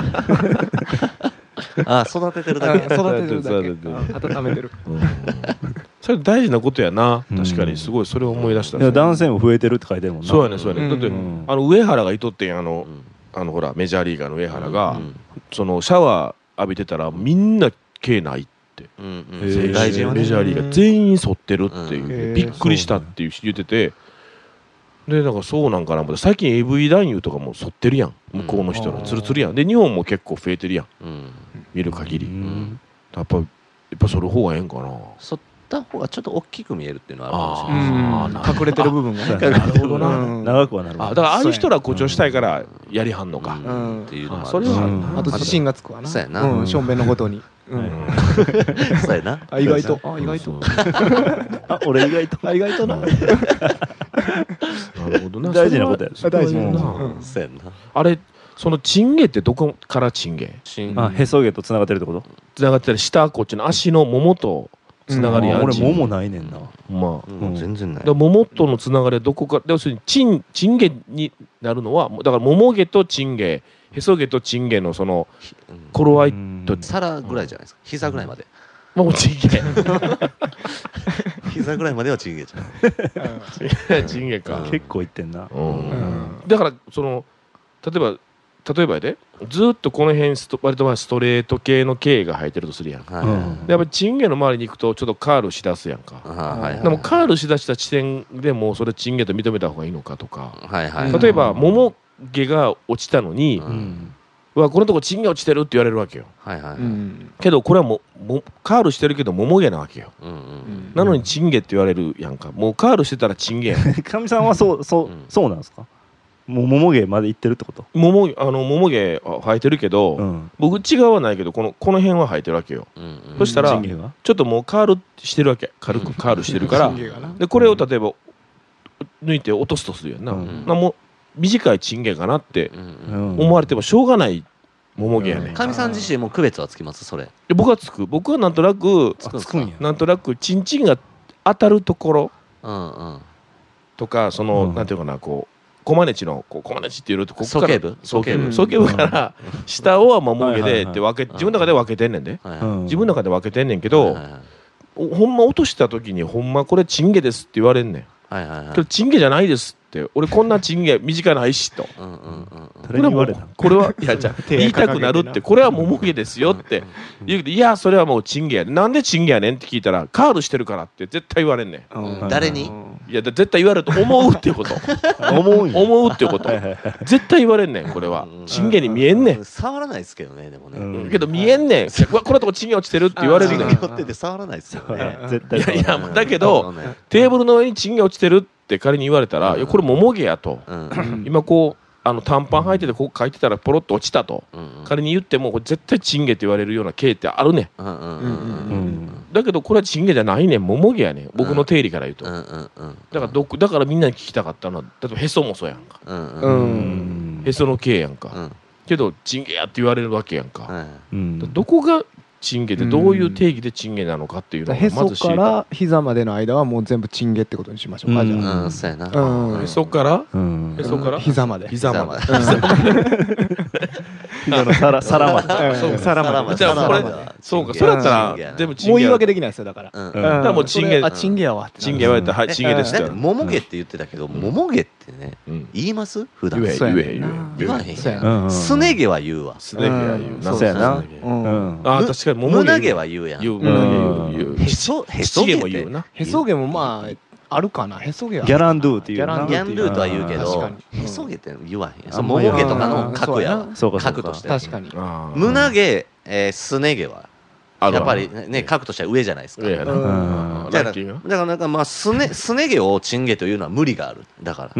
育ててるだけ。
温めてる。
それ大事なことやな。確かにすごいそれを思い出した。
男性も増えてるって書いてるもんな。
そうやねそうやね。だって上原がいとってんほらメジャーリーガーの上原がそのシャワー浴びてたらみんな毛ないって、メジャーリーガー全員剃ってるっていうびっくりしたって言ってて、 でだからそうなんかな、最近 AV 男優とかも剃ってるやん、向こうの人のツルツルやん。で日本も結構増えてるやん、見る限り。やっぱ剃る方がええんかな。
剃った方がちょっと大きく見えるっていうのはあるかもしれない。
隠れてる部分がね。
なるほどな。
長くはなる。
だからああいう人ら誇張したいからやりはんのか
っていうのもある。
それは
あと自信がつくわな。
そうやな。
しょんべんのごとに。
そうやな。
意外と。
俺意外と。
意外とな。
なるほどな。
大事なことや。
大事な。
そうやな。
あれそのチンゲってどこからチンゲ？
へそ毛と繋がってるってこと？
繋がってる下こっちの足のももと繋がりやん。
俺ももないねんな。
まあ
全然ない。
ももとの繋がりはどこか、要するにチンゲになるのはだからもも毛とチンゲ、へそ毛とチンゲのその頃合いと
皿ぐらいじゃないですか。膝ぐらいまで。
もうチンゲ。
膝ぐらいまではチンゲじゃ
ない。チンゲか。
結構いってんな。
だからその例えばでずっとこの辺割とストレート系の毛が生えてるとするやん。やっぱりチンゲの周りに行くとちょっとカールしだすやんか。でもカールしだした地点でもうそれチンゲと認めた方がいいのかとか。例えばもも毛が落ちたのに、このとこチンゲ落ちてるって言われるわけよ。けどこれはもうカールしてるけどもも毛なわけよ。なのにチンゲって言われるやんか。もうカールしてたらチンゲやん。
かみさんはそうなんですか？もうもも毛までいってるってこと？
もも毛生えてるけど、僕内側はないけどこの辺は生えてるわけよ。そしたらちょっともうカールしてるわけ。軽くカールしてるからでこれを例えば抜いて落とすとするやんな。もう短いチンゲかなって思われてもしょうがないもも毛やね。
かみさん自身も区別はつきます？それ
僕はなんとなくチンチンが当たるところとかそのなんていうかなこうコマネチのコマネチっていうとここから鼠径部から下をもも毛でって自分の中で分けてんねんで。自分の中で分けてんねんけど、ほんま落とした時にほんまこれチンゲですって言われんねん。けどチンゲじゃないですって。俺こんなチンゲ短ないしと。これはいやじゃ言いたくなるって。これはもも毛ですよって言うけど、いやそれはもうチンゲや。なんでチンゲやねんって聞いたらカールしてるからって絶対言われんね
ん。誰に？
いや絶対言われると思うっていうこと。思うっていうこと。絶対言われんねん。これはチンゲに見えんねん。
触らないですけどね。でもね。
けど見えんねん。このとこチンゲ落ちてるって言われるねん。
チンゲ落ちてて触らないですよね。
絶対。
いやだけどテーブルの上にチンゲ落ちてるって仮に言われたら、いやこれもも毛やと。今こう短パン履いててこう書いてたらポロッと落ちたと仮に言ってもこれ絶対チンゲって言われるような毛ってあるねん。だけどこれはチンゲじゃないねん。もも毛やねん。僕の定理から言うと。だからみんなに聞きたかったのは例えばへそもそうやんか。へその毛やんか。けどチンゲやって言われるわけやんか。どこがチンゲでどういう定義でチンゲなのかっていうのを
へそから膝までの間はもう全部チンゲってことにしましょうか。じゃあ
そうやな。
へそから
膝まで
膝の
皿まで。
じゃあこれそうか。それだったら全部チンゲ。
もう言い訳できないですよだから。
だからもうチンゲ
チンゲやわ。
チンゲ言われたらはいチンゲですって。
もも毛って言ってたけどもも毛ってね言います普段？
言
わへん。すね毛は言うわ。
すね毛は言う。
そうやな。
確かに
胸毛は言うやん。
言う。
へそ毛も言うな。
へそ毛もまああるかな。へそ毛は
ギャランドゥっていう。
ギャンドゥとは言うけどへそ毛って言わへん。もも毛とかの角や。角として。
確かに。
胸毛すね毛はやっぱりね角としては上じゃないですか。だからなんかまあすね毛をチンゲというのは無理がある。だから。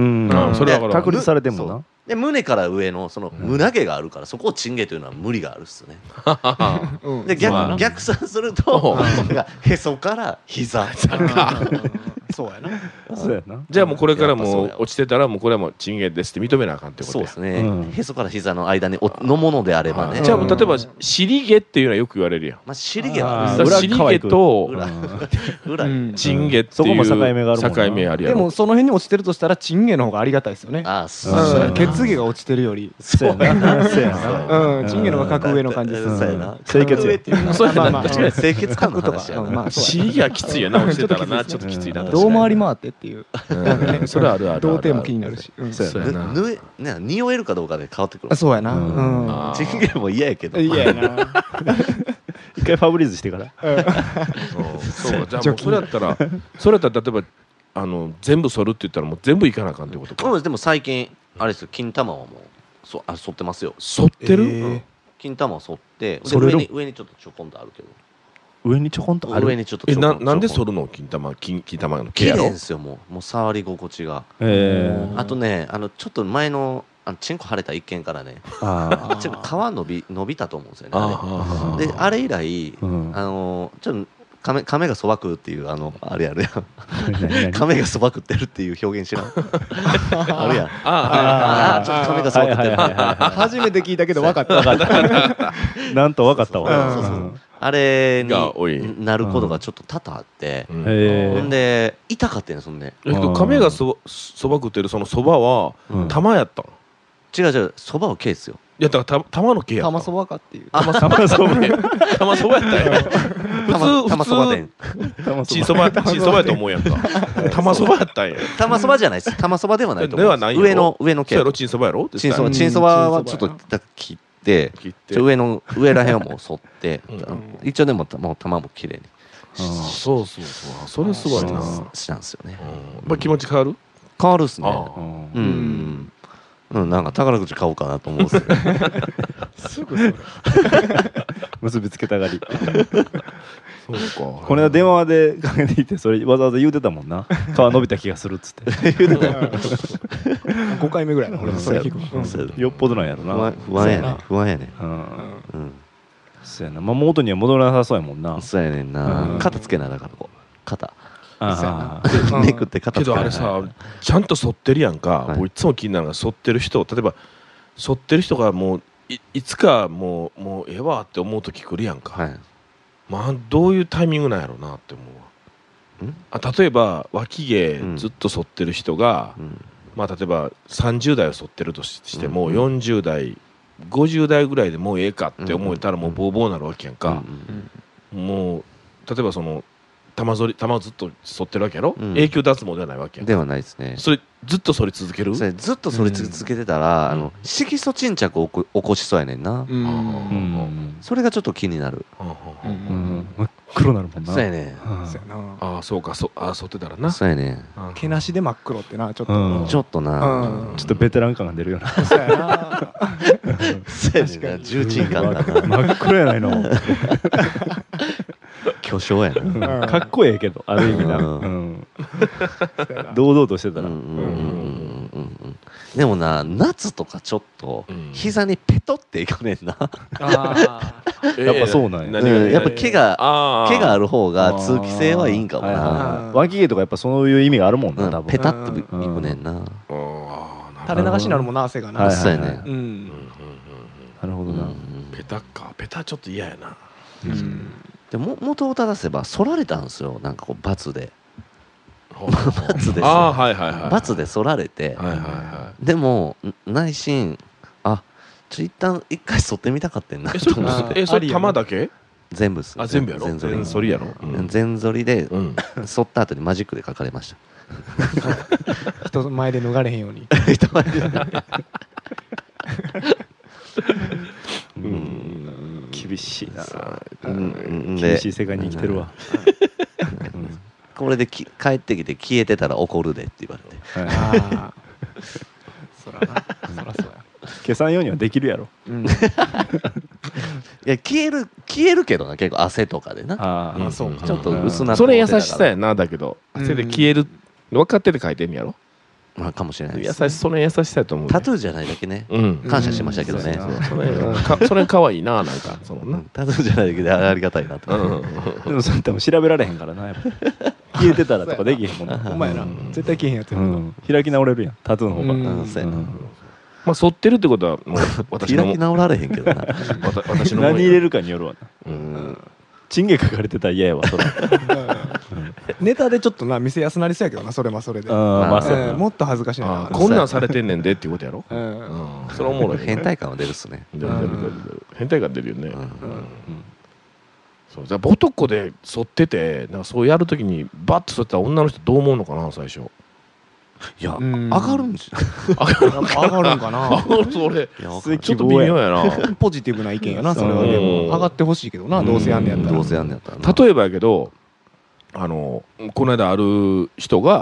それは確立されてもな。
で胸から上のその胸毛があるからそこをチンゲというのは無理があるっすね。で逆算するとへそから膝。
そうやな。
そうやな。
じゃあもうこれからもう落ちてたらもうこれはもうチンゲですって認めなあかんってことや。
そうですね。へそから膝の間にのものであればね。
じゃあもう例えば尻毛っていうのはよく言われるやん。
まあ尻毛は
尻毛とチンゲっていう
そこも境目があるもんな。
境目あるやろ。
でもその辺に落ちてるとしたらチンゲの方がありがたいですよね。
ああそうやな。
血毛が落ちてるより。
そうやな。そうやな。
チンゲの方が格上の感じです。
そうやな。
清潔や。
そうやな。
確かに清潔感の話やな。
尻毛はきついやな。落ちてたらなちょっときついな。
どう回り回ってっていう。
それあるある。
童貞も気になるし。
そうやな。
匂えるかどうかで変わってくる。
そうやな。
チンゲも嫌やけど。
嫌やな。
一回ファブリーズしてから。
そうか。じゃあもうそれやったら例えば全部剃るって言ったらもう全部いかなあかんってことか。
でも最近あれですよ、金玉はもう剃ってますよ。
剃ってる？
金玉を剃って上にちょっとちょこんとあるけど。
上にちょこんとある。
上にちょっとちょこんと。
なんで剃るの？金玉の
毛やろ。綺麗ですよ、もう触り心地が。あとね、ちょっと前のチンコ腫れた一件からね、ちょっと皮伸びたと思うんですよね。であれ以来、ちょっと亀がそば食うっていうあれやるやん。亀がそば食ってるっていう表現知らん？あるやん。ちょっと亀がそば食ってる。
初めて聞いたけど分かった。
なんと分かったわ。
あれになることがちょっと多々あって、ほんで痛かったんですもんね。
亀がそば食ってるそのそばは玉やったの？
違う、そばは毛ですよ。
いやだから玉の毛やった。
玉そばかっていう。
玉そばやったんや。
玉そば店。
チンそばやと思うやんか。玉そばやったんや。
玉そばじゃないです。玉そばではないと思う。
ではないよ。
上の毛。
そうやろ、チンそばやろ。
チンそばはちょっと切って上らへんをもう剃って一応でももう玉もきれいに。
そうそれすごいな。
したんですよね。
気持ち変わる？
変わるっすね。なんか宝くじ買おうかなと思うんですよ。
すぐそれ
結びつけたがり。
そうか。
この間電話でかけていてそれわざわざ言うてたもんな。皮伸びた気がするっつって。
5回目ぐらいの俺それ聞く。
よっぽどなんやろな。
不安やね。
そうやな。元には戻らなさそうやもんな。
そうやねんな。肩つけなだからこう肩。めくって肩つけな。
けどあれさ、ちゃんと剃ってるやんか。いつも気になるのが剃ってる人。例えば剃ってる人がもういつかもうええわって思う時来るやんか。どういうタイミングなんやろうなって思うわ。例えば脇毛ずっと剃ってる人が、例えば30代を剃ってるとしても、40代50代ぐらいでもうええかって思えたらもうボーボーなるわけやんか。もう例えばその玉をずっと剃ってるわけやろ。永久脱毛ではないわけやん。
ではないですね。
それずっと剃り続ける？
ずっと剃り続けてたら色素沈着を起こしそうやねんな。それがちょっと気になる。
真っ黒なるもんな。
そうやね。
そうか、剃ってたらな。
そうやね。
毛なしで真っ黒ってな、ちょっと
な。ちょっと
ベテラン感が出るような。
そうやな。
そうやね。重鎮感が
真っ黒やないの。
巨匠やな。
かっこええけどある意味な。堂々としてたら。
でもな、夏とかちょっと膝にペトっていかねんな。
やっぱそうなんや。
やっぱ毛がある方が通気性はいいんかもな。
脇毛とかやっぱそういう意味があるもんな。多分
ペタッといくねんな。
垂れ流しになるもんな、汗がな。
そうやね。
なるほどな。
ペタちょっと嫌やな。
で元を正せば剃られたんですよ。なんかこう罰で罰で剃られて、でも内心一回剃ってみたかってんなと思って。
それ玉だけ？
全部っす。
全部やろ。全剃りやろ。
全剃りで剃った後にマジックで書かれました。
人前で脱がれへんように。
人前で
厳しいな。厳しい世界に生きてるわ。
これで帰ってきて消えてたら怒るでって言われて。
そらそうや。
消さんようにはできるやろ。
いや消えるけどな、結構汗とかでな。ちょっと薄なって。
それ優しさやな。だけど汗で消える分かってて書いてんやろ。
かもしれないです。
その優しさやと思う。
タトゥーじゃないだけね。感謝しましたけどね。
それ可愛いな、なんか
タトゥーじゃないだけでありがたいなと。
でもそれ多分調べられへんからな。やっぱ消えてたらとかできへんもんな。
お前な、絶対消えへんやつやん。
開き直れるやん、タトゥーの方が。
そうやな。
剃ってるってことはもう私の
開き直られへんけどな。
私の
何入れるかによるわな。チンゲ書かれてたら嫌やわ、それ。
ネタでちょっとな見せやすなりそうやけどな、それもそれで。もっと恥ずかしいな。
こんなんされてんねんでっていうことやろ。それおもろい。
変態感は出るっすね。
変態感出るよね。そう、じゃあボトッコで剃ってて、なんかそうやるときにバッと剃ったら女の人どう思うのかな、最初。
いや、上がるんじゃ
上がるんかな。
それちょっと微妙やな。
ポジティブな意見やな、それは。でも上がってほしいけどな、どうせやんねやったら。
どうせやんねやったら。
例えばやけど、この間ある人が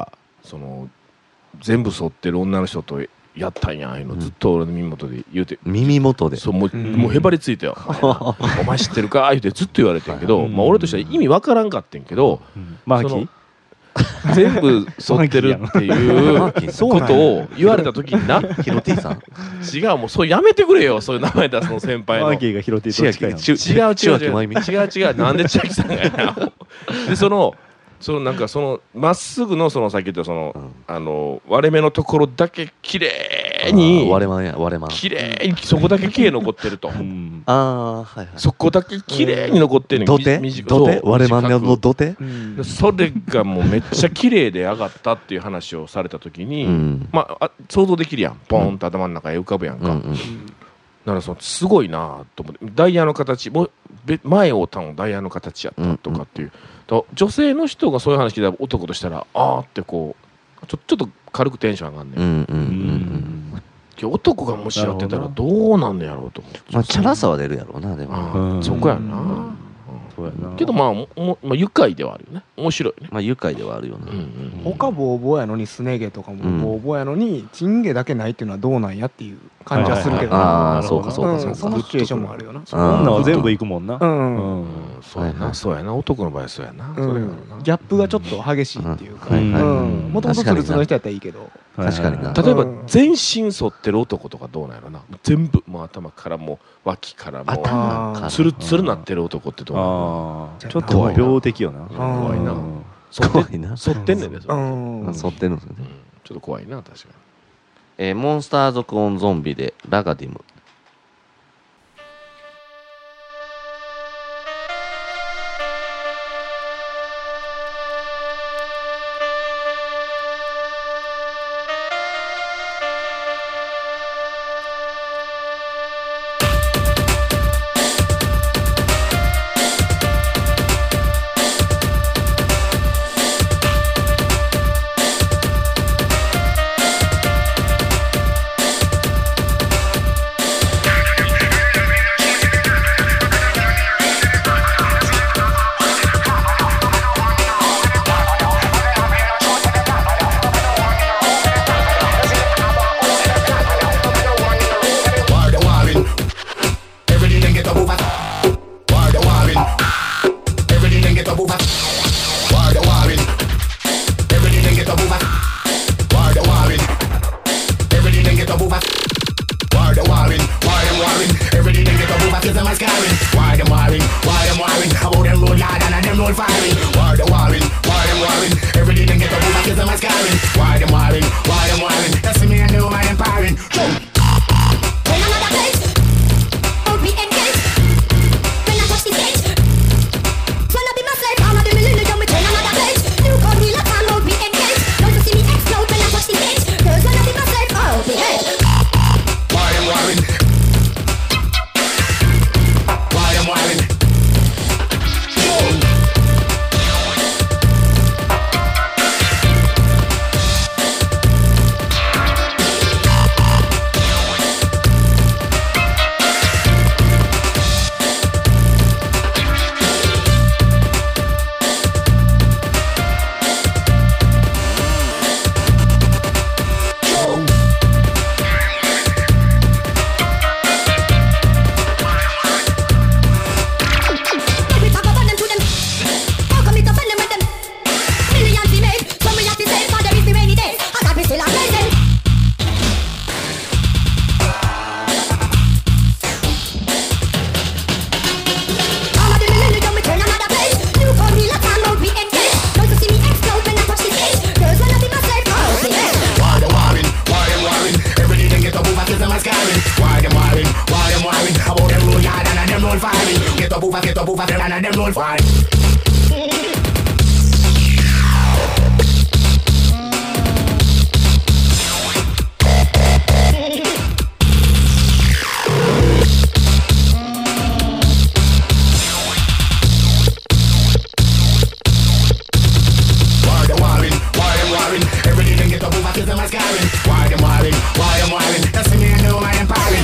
その全部剃ってる女の人とやったんやいうのずっと俺の耳元で言うて、
耳元で
そうもうへばりついてよお前知ってるか言うてずっと言われてんけど、まあ俺としては意味わからんかってんけど、
マーキー
全部剃ってるっていうことを言われた時にな
ヒロティさん
違うもうそうやめてくれよそういう名前出すの先輩の
マーキーがヒロティと近い
違うなんで千秋さんがやなでそのなんかそのまっすぐのその先言ったその、割れ目のところだけ綺麗に
割れまん
綺麗にそこだけ綺麗に残ってると、
はいはい、
そこだけ綺麗に残ってる
土手割れまんの土手、
それがもうめっちゃ綺麗で上がったっていう話をされた時に、まあ想像できるやんポンと頭の中へ浮かぶやんか、だからそのすごいなと思ってダイヤの形も前をたのダイヤの形やったとかっていう、女性の人がそういう話聞いたら男としたらあーってこうちょっと軽くテンション上がんねん、男がもしやってたらどうなんねやろうと思って、
まあチャラさは出るやろうなでも、
そこやな、けどまあ愉快ではあるよね、面白いね、
まあ愉快ではあるよね、
他ボーボーやのにすね毛とかもボーボーやのにチン毛だけないっていうのはどうなんやっていう感じはするけど、
ああそうかそうかそうか、
そのシチュエーションもあるよな、
女は全部いくもんな、
そうやな男の場合はそうやな、
ギャップがちょっと激しいっていうか、もともとツルツルの人やったらいいけど、
確かにな、
例えば全身剃ってる男とかどうなんやろな、全部もう頭からも脇からもツルツルなってる男ってどうなんやろ
な、ちょっと病的よな、
怖いな、剃ってんねんね、
剃ってるんですよね、
ちょっと怖いな確か
に。モンスター族オンゾンビでラガディム。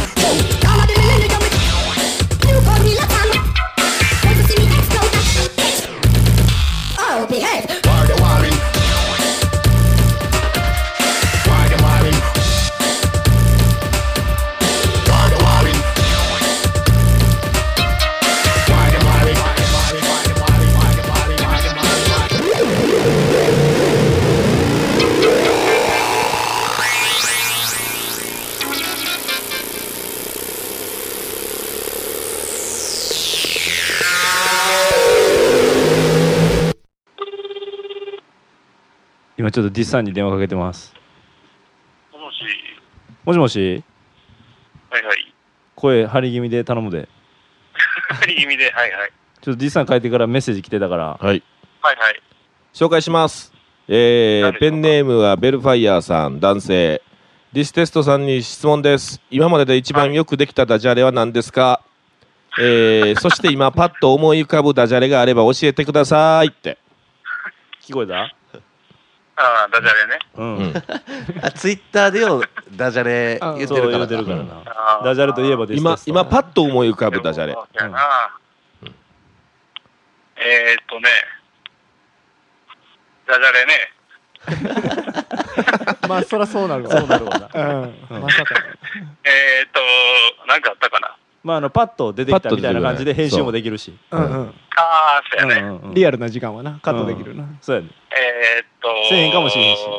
Explode.
今ちょっとディスさんに電話かけてます。
もしもし。
もしもし。
はいはい。
声張り気味で頼むで。
張り気味で、はいはい。
ちょっとディスさん帰ってからメッセージ来てたから。
はい。はい
はい。
紹介します。ペンネームはベルファイヤーさん、男性。ディステストさんに質問です。今までで一番よくできたダジャレは何ですか？そして今パッと思い浮かぶダジャレがあれば教えてくださいって。
聞こえた？
ああ、ダジャレね。
うん。
ツイッターでよダジャレ言ってるから
な。ダジャレといえばディステスト。
今パッと思い浮かぶダジャレ。
ダジャレね。
まあそりゃそうなるわ。
そうなるわな。
まさか。
なんかあったかな。
まあパッと出てきたみたいな感じで編集もできるし。
ああ、そうやね。
リアルな時間はなカットできるな。
そうやね。せえへんかもしれへんし。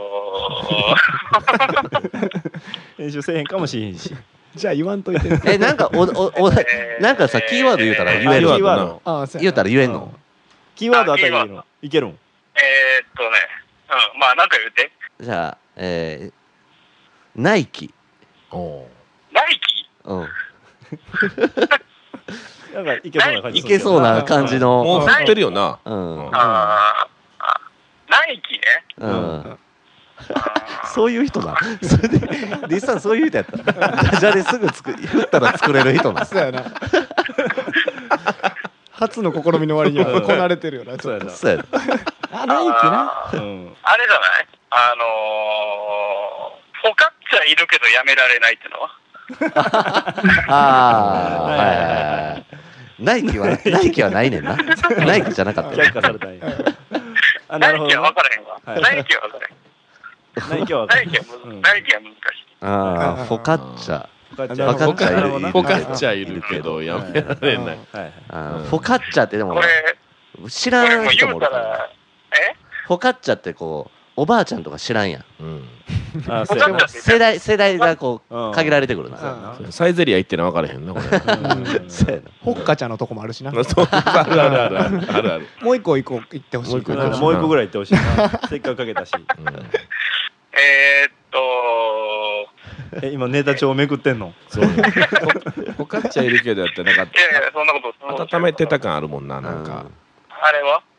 編集せえへんかもしれへんし。
じゃあ言わんといて。
なんかなんかさキーワード言うたら言える。言うたら言えんの？
キーワードあったら言えるの？いけるん？
まあなんか言うて。
じゃあナイキ。
ナイキ？
うん。
なんかいけそうな感じ。
いけそうな感じの。
もう振ってるよな。
ナイキね。
うん。そういう人だ。それでディスさんそういう人やった。ダジャレすぐ振ったら作れる人だ。
そうやな。初の試みの割にはこなれてるよな。
そうやな。
そうやな。
あ、ナイキな。
あれじゃない？フォカッチャいるけどやめられないってのは？
はい。ナイキはないねんな。ナイキじゃなかった。
却下されたんや。
ナイキは分からへんわ。ナイキは分からへん。
ナイキは
難しい。
フォカッチャ。
フォカッチャいるけどやめられない。
フォカッチャってでも知らん人もおるから。フォカッチャってこうおばあちゃんとか知らんやん。世代がこう限られてくるな。
サイゼリア行っての分からへんなこれ。
ホッカちゃんのとこもあるしな。
ある。
もう一個行ってほしい。
もう一個ぐらい行ってほしいな。せっかくかけたし。今ネタ帳めくってんの？
そう。フォカッチャいるけどやってなんか。
そんなこと。
温めてた感あるもんななんか。
あれは？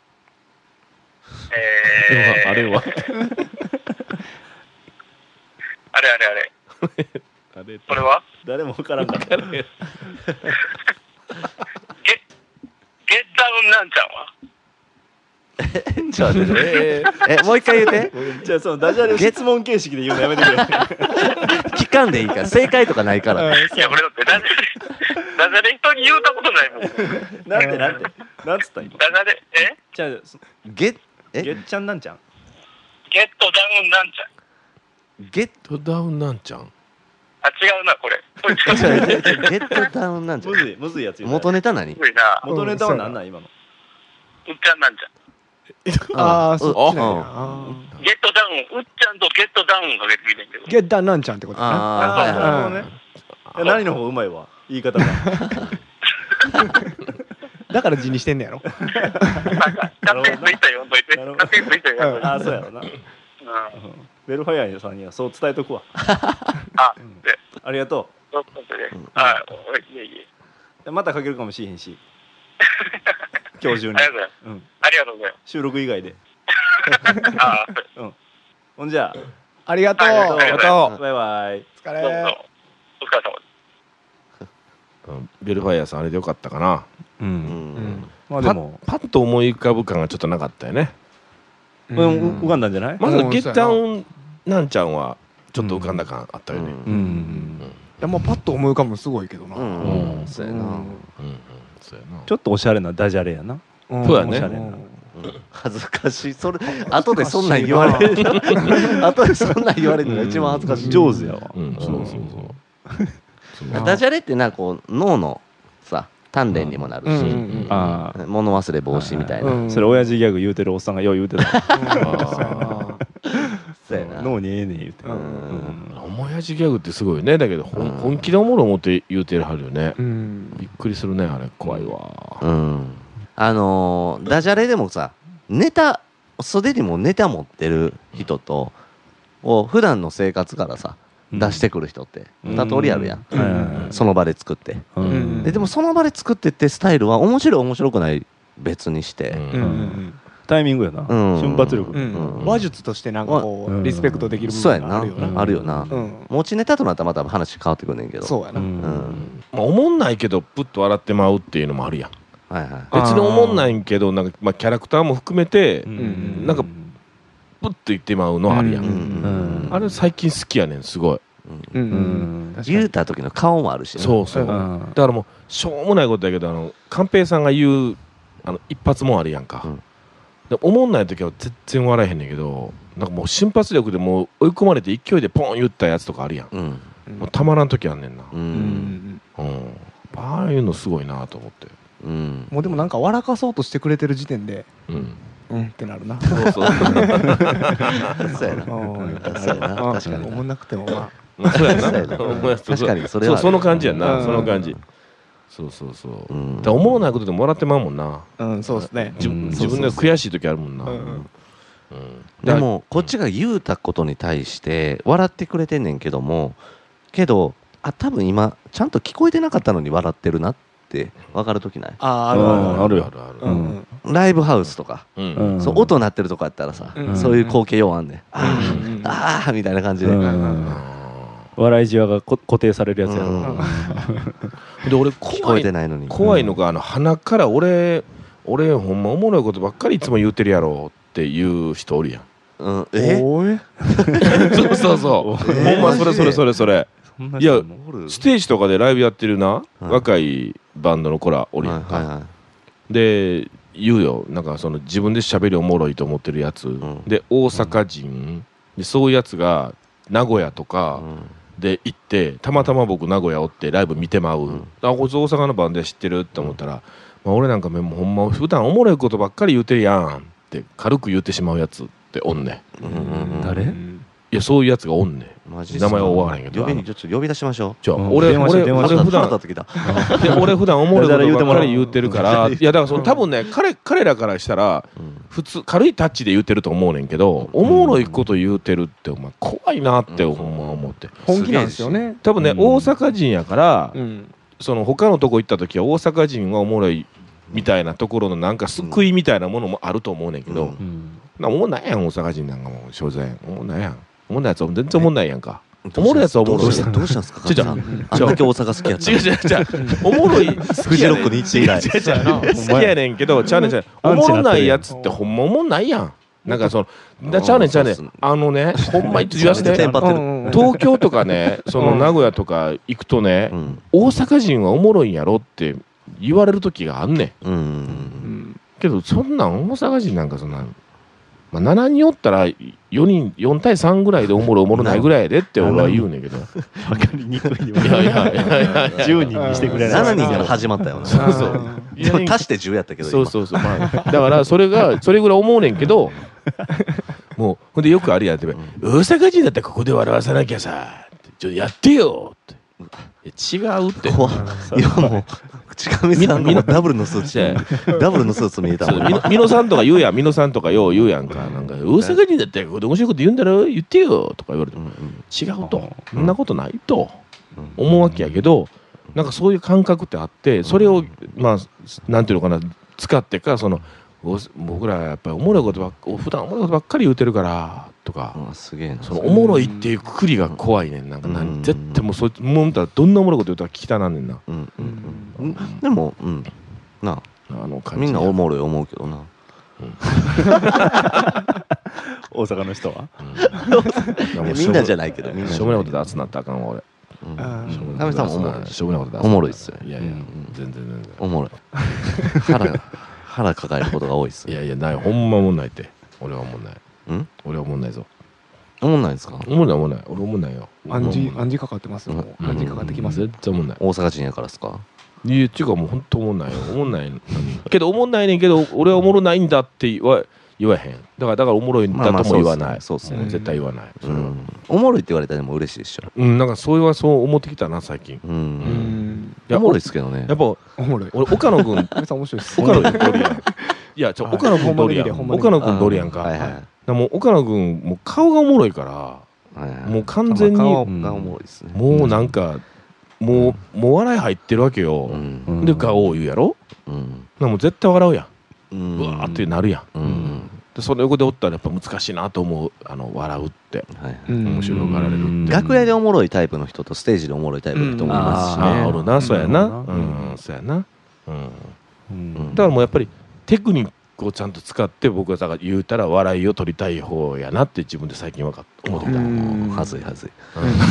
あれは？
あれ。これは？
誰も分からんかった。
ゲッダウンなんちゃんは？
ちょっと待って。もう一回言うて。
じゃあそのダジャレを質問形式で言うのやめてくれ。
聞かんでいいから正解とかないから。
いや俺だってダジャレ人に言うたことないもん。
なんつった今？
ダジャレ
じゃあ
ゲッ
ちゃんなんちゃん？
ゲットダウンなんちゃん。
ゲットダウンなんちゃん？
あ、違うなこれ。
ゲットダウンなんちゃん。
むずいやつ。
元ネタ何？
元ネタは何なん今の？
うっちゃんなんちゃん。
ああ、そう。
ゲットダウン、うっちゃんとゲットダウンかけてみてんけど。
ゲッダウンなんちゃんってことね。
なるほどね。何の方がうまいわ言い方が。
だから字にしてんねやろ。
勝手にツイッター読んどいて。勝手にツイッター読んどいて。
ああ、そうやろな。ベルファイアさんにはそう伝えとくわ。
あ
りがと
う。
またかけるかもしれへんし。今日中に。
ありがとうございます。
収録以外で。ほんじゃ
ありがとう。
バイバイ。
お疲れ様です。
ベルファイアさんあれでよかったかな。
まあでも
パッと思い浮かぶ感がちょっとなかったよね。
浮かんだんじゃない？
まずゲッタウンなんちゃんはちょっと浮かんだ感あったよね。
でもパッと思い浮かぶのすごいけどな。
そうやな。
ちょっとおしゃれなダジャレやな。
そうやね。
恥ずかしい。それ後でそんなん言われる。後でそんなん言われるのが一番恥ずかしい。
上手やわ。
そう。
ダジャレってなこう脳のさ鍛錬にもなるし、物忘れ防止みたいな。
それ親父ギャグ言うてるおっさんがよう言うてた。脳にええねん言うて。
親父ギャグってすごいね。だけど本気でおもろ思って言うてるはるよね。びっくりするねあれ怖いわ。
ダジャレでもさネタすでにもうネタ持ってる人と普段の生活からさ出してくる人って2通りあるやん、その場で作って、でもその場で作ってってスタイルは面白くない別にして、
タイミングやな、瞬発力、
話術としてなんかこうリスペクトできる部分があるよな、
あるよな、持ちネタとなったらまた話変わってくるねんけど、
そうやな、
おもんないけどプッと笑ってまうっていうのもあるやん、別におもんないんけどなんかキャラクターも含めてなんかプッと言ってまうのあるやん、あれ最近好きやねんすごい、
言うた時の顔もあるし、
そうだからもうしょうもないことだけど寛平さんが言う一発もあるやんか、でおもんない時は全然笑えへんねんけど、なんかもう瞬発力でもう追い込まれて勢いでポン言ったやつとかあるやん、もうたまらん時あんねんな、ああいうのすごいなと思って、
もうでもなんか笑かそうとしてくれてる時点でってなるな。
そうそうやな、確かに
思んなくてもま
あそうやな、
確かにそれは
その感じやな、その感じ、そうだ思わないことでも笑ってまうもんな、
そうですね、
自分で悔しい時あるもんな、
でもこっちが言うたことに対して笑ってくれてんねんけども、多分今ちゃんと聞こえてなかったのに笑ってるなって分かる時ない？
ある
ライブハウスとか、そう音鳴ってるとこやったらさ、そういう光景ようあんねん、ああみたいな感じで、
笑いじわが固定されるやつやろ。
で俺
聞こえてないのに
怖いのが鼻から俺ほんまおもろいことばっかりいつも言うてるやろっていう人おるやん。
そう
ほんまそれいやステージとかでライブやってるな、若いバンドの子らおるやんか、で言うよ、なんかその自分で喋りおもろいと思ってるやつ、で大阪人でそういうやつが名古屋とかで行って、たまたま僕名古屋おってライブ見てまう、こいつ大阪のバンドで知ってるって思ったら、俺なんかほんま普段おもろいことばっかり言うてるやんって軽く言ってしまうやつっておんねん。
誰？
いやそういうやつがおんねん。名前は分からへんけど、
呼び出しましょ
う。俺普段おもろいことばっかり言うてるから、いやだから多分ね彼らからしたら普通軽いタッチで言うてると思うねんけど、おもろいこと言うてるってお前怖いなってほんま思って。
本気なんですよね。
多分ね大阪人やから、その他のとこ行った時は大阪人はおもろいみたいなところのなんか救いみたいなものもあると思うねんけど、おもんないやん大阪人なんかも所詮おもんないやん。おもんないやつは全然おもんないやんか。おもろいやつはおもろい。
どうしたんですか？あんだけ大阪好きやった。
違うおもろい
フジロックに行って以来
好きやねんけど、ちゃうねんおもろないやつってほんまおもんないやん。なんかそのちゃうねんほんま言わせて、東京とかね、その名古屋とか行くとね、大阪人はおもろいんやろって言われる時があんねん。けどそんなん大阪人なんかそんな7人おったら4対3ぐらいでおもろないぐらいでって俺は言うねんけど、
分かりにくいには10人にしてくれない。
7人から始まったよね。でも足して10やったけど、
そうだからそれぐらい思うねんけど、もうほんでよくあるやんって、大阪人だったらここで笑わさなきゃさちょっとやってよって、違うって。
今もう近見さんのダブルのスーツ見えたもん。
ミノさんとか言うやん、ミノさんとかよう言うやんか、なんか大阪人だったらここで面白いこと言うんだろ、言ってよとか言われても、違うと、そんなことないと思うわけやけど、なんかそういう感覚ってあって、それをなんていうのかな、使ってか、その僕らやっぱり普段おもろいことばっかり言うてるからとか、
すげえな、
そのおもろいっていうくくりが怖いねん。なんか絶対もうそいつもうどんなおもろいこと言うたら聞きたなんねんな。
でもみんなおもろい思うけどな。
大阪の人は
みんなじゃないけど、
しょうもないことで熱なったらあかんわ俺。
神さんもおもろい。
しょうもないことで
おもろいっすよ。
いや全然
おもろい。腹抱えることが多いっす。
いやない、ほんまおもんないって。俺はおもんない。俺はおもんないぞ。
おもんないですか？
おもんない俺おもんないよ。
暗示かかってますよ。暗示かかってきます。
絶対おもんない。
大阪人やからですか？
いや違う、もうほんとおもんないよ。おもんないけどおもんないねんけど、俺はおもろないんだって言わへん。だからおもろいんだとも言わない。
そうですね。
絶対言わない。
おもろいって言われたらでも嬉しいでしょ。
なんかそれはそう思ってきたな最近。
おもろいですけどね。
やっぱ
おもろい。
俺岡野君
面白いです。
岡野君おるやん。 いや岡野君通りやん。岡野君通りやんか。もう岡野君もう顔がおもろいから、もう完全にもうなんかもう笑い入ってるわけよ。でガオー言うやろ。もう絶対笑うやん。うわーってなるやん。でその横でおったらやっぱ難しいなと思う。笑うって面白がられるって。
楽屋でおもろいタイプの人とステージでおもろいタイプの人もいますしね。
おるな。そうやな。そうやな。だからもうやっぱりテクニックをちゃんと使って僕はだから言うたら笑いを取りたい方やなって自分で最近思ってきた。
はずいはずい。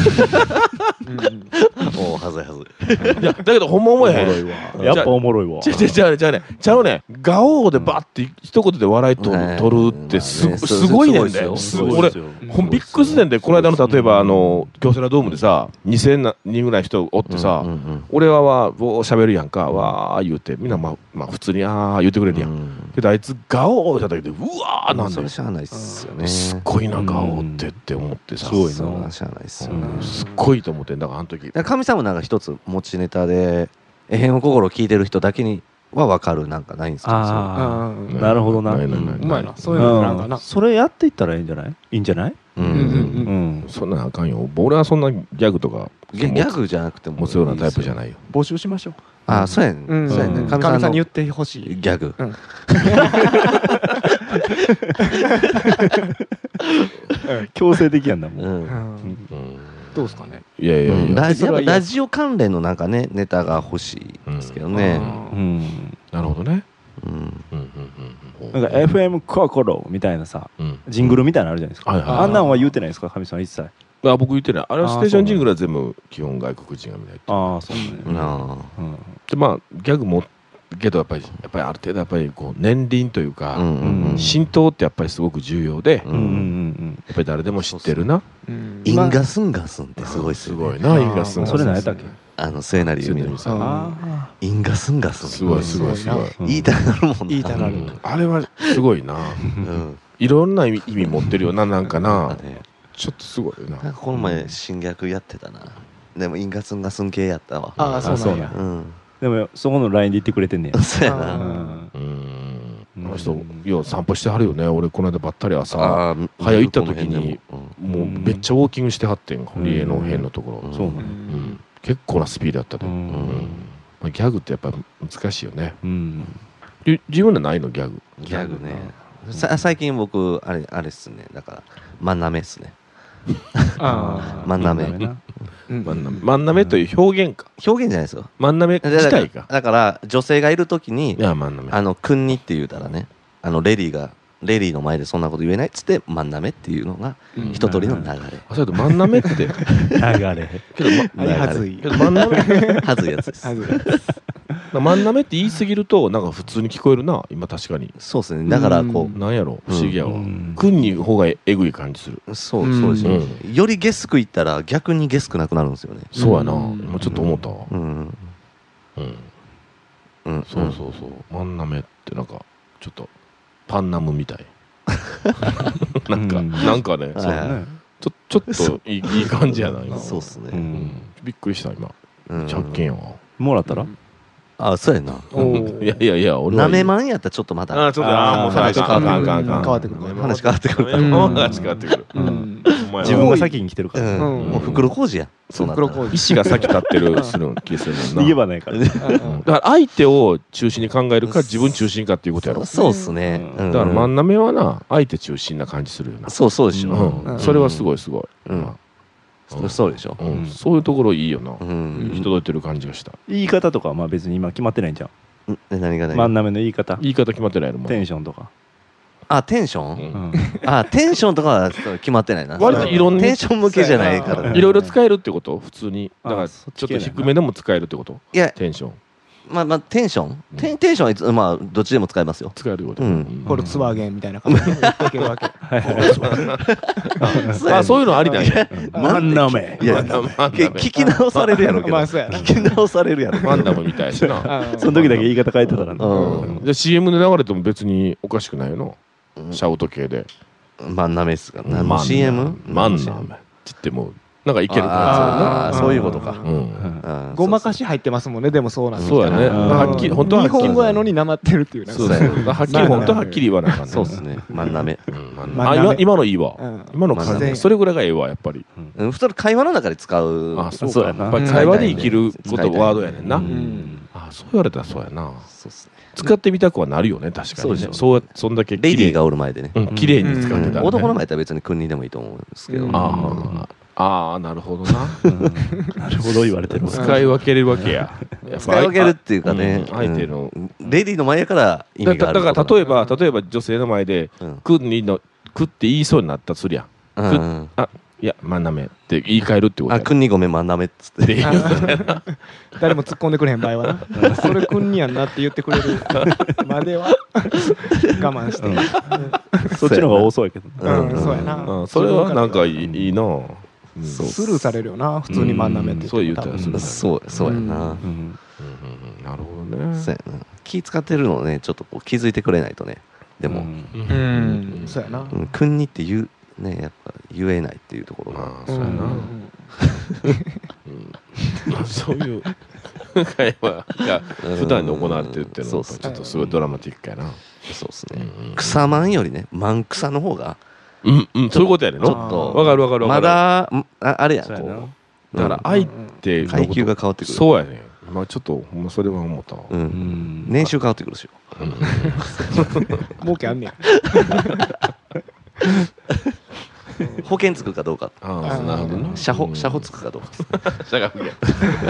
もうはずいはず
い。いやだけどほんま思えへん。
やっぱおもろいわ。
じゃあねガオーでバッて一言で笑い取るってすごいねんだよ。俺びっくりすんねんで。この間の例えば京セラドームでさ2000人ぐらい人おってさ、俺は喋るやんかわー言うてみんなまあ普通にあー言うてくれるやん。けどあいつガオーだけでうわーなん
それしゃあないっすよね。
すっごいなガオーって思ってさ。
すごい
な。しゃあないっすよね。
すっごいと思ってんだからあの時。
かみさんもなんか一つ持ちネタで永遠の心を聞いてる人だけには分かるなんかないんですか。
なるほどな。
うまいな。そういうのなんかな。
それやっていったらいいんじゃない？いいんじゃない？
そんなあかんよ。俺はそんなギャグとか
ギャグじゃなくても
持つようなタイプじゃないよ。
募集しましょう。
ああそうやね。そうやね。
かみさんに言ってほしい
ギャグ。
強制的やんだもん。
どうですかね。
いやいやいや。
ラジオ関連のなんかねネタが欲しいですけどね。
なるほどね。
なんか FM 心みたいなさジングルみたいなのあるじゃないですか。あんなんは言うてないですか、かみさん一切。
僕言ってない。あれはステーションジングルは全部基本外国人が見ないと。
ああそうね。
でまあギャグもけどやっぱりある程度やっぱりこう年輪というか浸透ってやっぱりすごく重要で、やっぱり誰でも知ってるな。
インガスンガスンってすごい
すごいな。インガスンガスン。
それ何やったっけ？
末成由美さん。インガスンガスン。
すごいすごいすごい。
言いたくなるもんな。
言いたくなる。
あれはすごいな。いろんな意味持ってるよな。なんかな。ちょっとすごいな。
なんかこの前新逆やってたな。でもインガスンガスン系やったわ。
ああそうなんや。
でもそこの LINE で言ってくれてんねや。
そうやな。
あの人よう散歩してはるよね。俺この間ばったり朝早行った時にもうめっちゃウォーキングしてはってん。家の辺のところ。
そうね。
結構なスピードやったで。ギャグってやっぱ難しいよね。自分でないのギャグ。
ギャグね。最近僕あれっすね。だからマンナメっすね。マンナメ。
マンナメという表現か。
表現じゃないですよ。
マンナメ自体か。
だから女性がいるときにクンニって言うたらね、レディーの前でそんなこと言えないっつってマンナメっていうのが一通りの流れ。
あ、それとマンナメって流れ。
けど
はずい。
けどマンナメ
はずいやつです。
マンナメって言い過ぎるとなんか普通に聞こえるな。今確かに。
そうですね。だからこう
なんやろ不思議やわ。クンに方がえぐい感じする。
そうですね。よりゲスくいったら逆にゲスくなくなるんですよね。
そうやな。今ちょっと思ったわ。そうマンナメってなんかちょっとパンナムみたい。なんかね。ちょっといい感じやな今。
そうっすね。
びっくりした今。100件やわ。
もらったら？
あ、そうやな。
いや俺
なめまんやったらちょっとまだ。
あ、ちょっともう話変わってくる。
話変わってくる。
話変わってくる。
自分が先に来てるから。
もう袋小路や。
石が先立ってるする気するもんな。
逃げ場ないから。
だから相手を中心に考えるか自分中心かっていうことやろ。
そうっすね。
だからマンナメはな相手中心な感じするよな。
そうでしょ。
それはすごいすごい。
そうでしょ。
そういうところいいよな。行き届いてる感じがした。
言い方とかはまあ別に今決まってないんじゃん。
何が
マンナメの言い方
決まってないのも。
テンションとか。
あ、テンション？テンションとかは決まってないな。
割といろんな
テンション向けじゃないから。
いろいろ使えるってこと？普通にだからちょっと低めでも使えるってこと？
いや、
テンション。
まあテンションはいつまあどっちでも使えますよ。
使えること。
これツバーゲンみたいな感じでいけるわけ。
あ、そういうのありだね。
マンナメ。
いや、聞き直されるやろうけど。聞き直されるやろ。
マンナムみたいしな。
その時だけ言い方変えてたらな。
じゃ CM で流れても別におかしくないよな。シャウト系で。
マンナメっすか。何の CM？
マンナメって言ってもなんかいける
からそういうことか。
ごまかし入ってますもんね。でもそうなんです
そうやね。はっきり本当は
日本語やのになまってるっていう。
そうだよ。はっきり本当ははっきり言わなあかんね。
そうですね。真ん中。
今のいいわ。今の感じ。それぐらいがええわやっぱり。
普通の会話の中で使う。
あ、そうやな。やっぱり会話で生きることワードやねんな。あ、そう言われたらそうやな。そうですね。使ってみたくはなるよね、確かに。そんだけ
レディーがおる前でね。
綺麗に使ってた。
男の前やったら別に君にでもいいと思うんですけど。
ああ、なるほどな。
なるほど言われてる。
使い分けるわけや。
使い分けるっていうかね、
相手の
レディーの前やから意味がある。
だから例えば女性の前で君のくって言いそうになったとするやん。あ、いや、真ん中って言い換えるってことや。
あ、君にごめん真ん中っつって。
誰も突っ込んでくれへん場合はな。それ君にやんなって言ってくれるまでは我慢して。
そっちの方が多そうやけど。
そうやな。
それはなんかいいな。
スルーされるよな、普通に真ん中って。
そう言ったら
そうやな。
なるほどね。
そうやな。気使ってるのをね、ちょっとこう気づいてくれないとね。でも、
そうやな。
君にって言うね、やっぱ言えないっていうところが。
そうやな。そういう会話が普段に行われてるっていうのはちょっとすごいドラマティックやな。
そうですね。草マンよりね、マン草の方が。
そういうことやね。
ちょっと
わかる。
まだあれやこ
う。だから相手
階級が変わってくる。
そうやね。まあちょっとそれは思ったわ。
年収変わってくるしよ。
儲けあんねや。
保険つくかどうか。
ああ、なるほどね。
社保つくかどうか。
社が不や。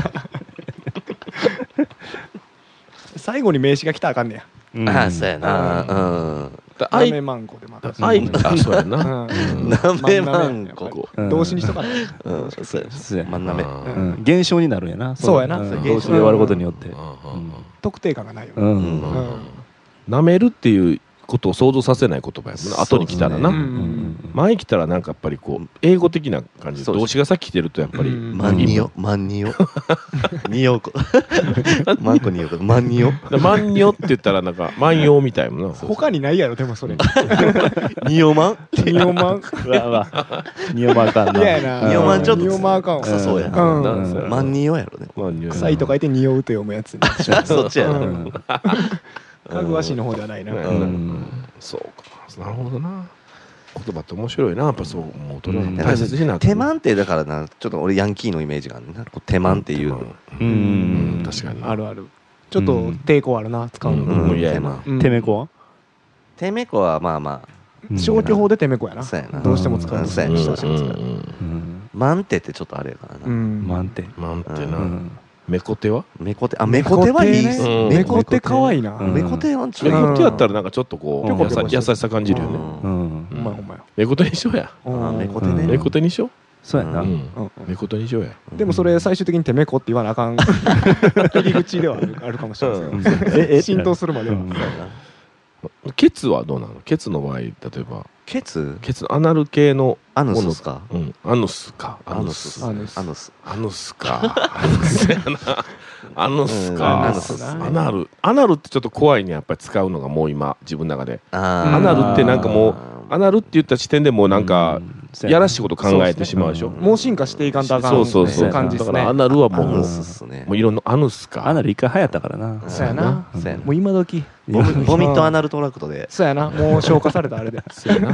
最後に名刺が来たらあかんねや。
ああ、そうやな。
なめマンコでまた。
あ、そうやな。
なめマンコ。
動詞にしとかね。
そうや。真ん中。
現象になるんやな。
そうやな。
動詞で終わることによって。
特定感がないよ。
なめるっていうことを想像させない言葉やもんな。後に来たらな。前来たらなんかやっぱりこう英語的な感じで動詞がさっき来てるとやっぱり
万にお万におにおこ万個におこ万にお
万におって言ったらなんか万葉みたいもんな。
他にないやろでもそれ。
におまん
におまん
におまんかんな。
嫌やな。
におまんちょっと
におまんかん。
そうや。万におやろね。
臭いと書いてにおうと読むやつに。
そっちやな。
かぐわしいの方ではないな。
そうか。なるほどな。言葉って面白いな。やっぱそう思うと大切になって。
手間ってだからな、ちょっと俺ヤンキーのイメージがあるな。手間っていうの。
確かに。
あるある。ちょっと抵抗あるな、使うの。
嫌やな。
てめこは？
てめこはまあま
あ。消去法でてめこやな。
そうやな。
どうしても使う。
そうやな。どうしても使う。満手ってちょっとあれやからな。
満手。
満手な。メコテは？
メコテ、あ、メコテはいいっす。
メコテ可愛いな。
メコテは
メコテやったらなんかちょっとこう優しさ感じるよね。メコテにしようや。
メコテね。
メコテにしよう。
そうやな。
メコテにしようや。
でもそれ最終的にてめこって言わなあかん入り口ではあるかもしれないですけど、浸透するまでは。
ケツはどうなの？ケツの場合、例えば
ケツ
アナル系の
アヌスか。
アヌスか。
アヌスか。
アナルってちょっと怖いね。やっぱり使うのがもう今自分の中でアナルってなんかもうアナルって言った時点でもうなんかやらしいこと考えてしまうでしょ。
もう進化していかんとあかん感じですね。
だからアナルはもういろんなアヌスか。
アナル一回流行ったからな。
そうやな。もう今時
ボミットアナルトラクトで。
そうやな。もう消化されたあれで。
そうやな。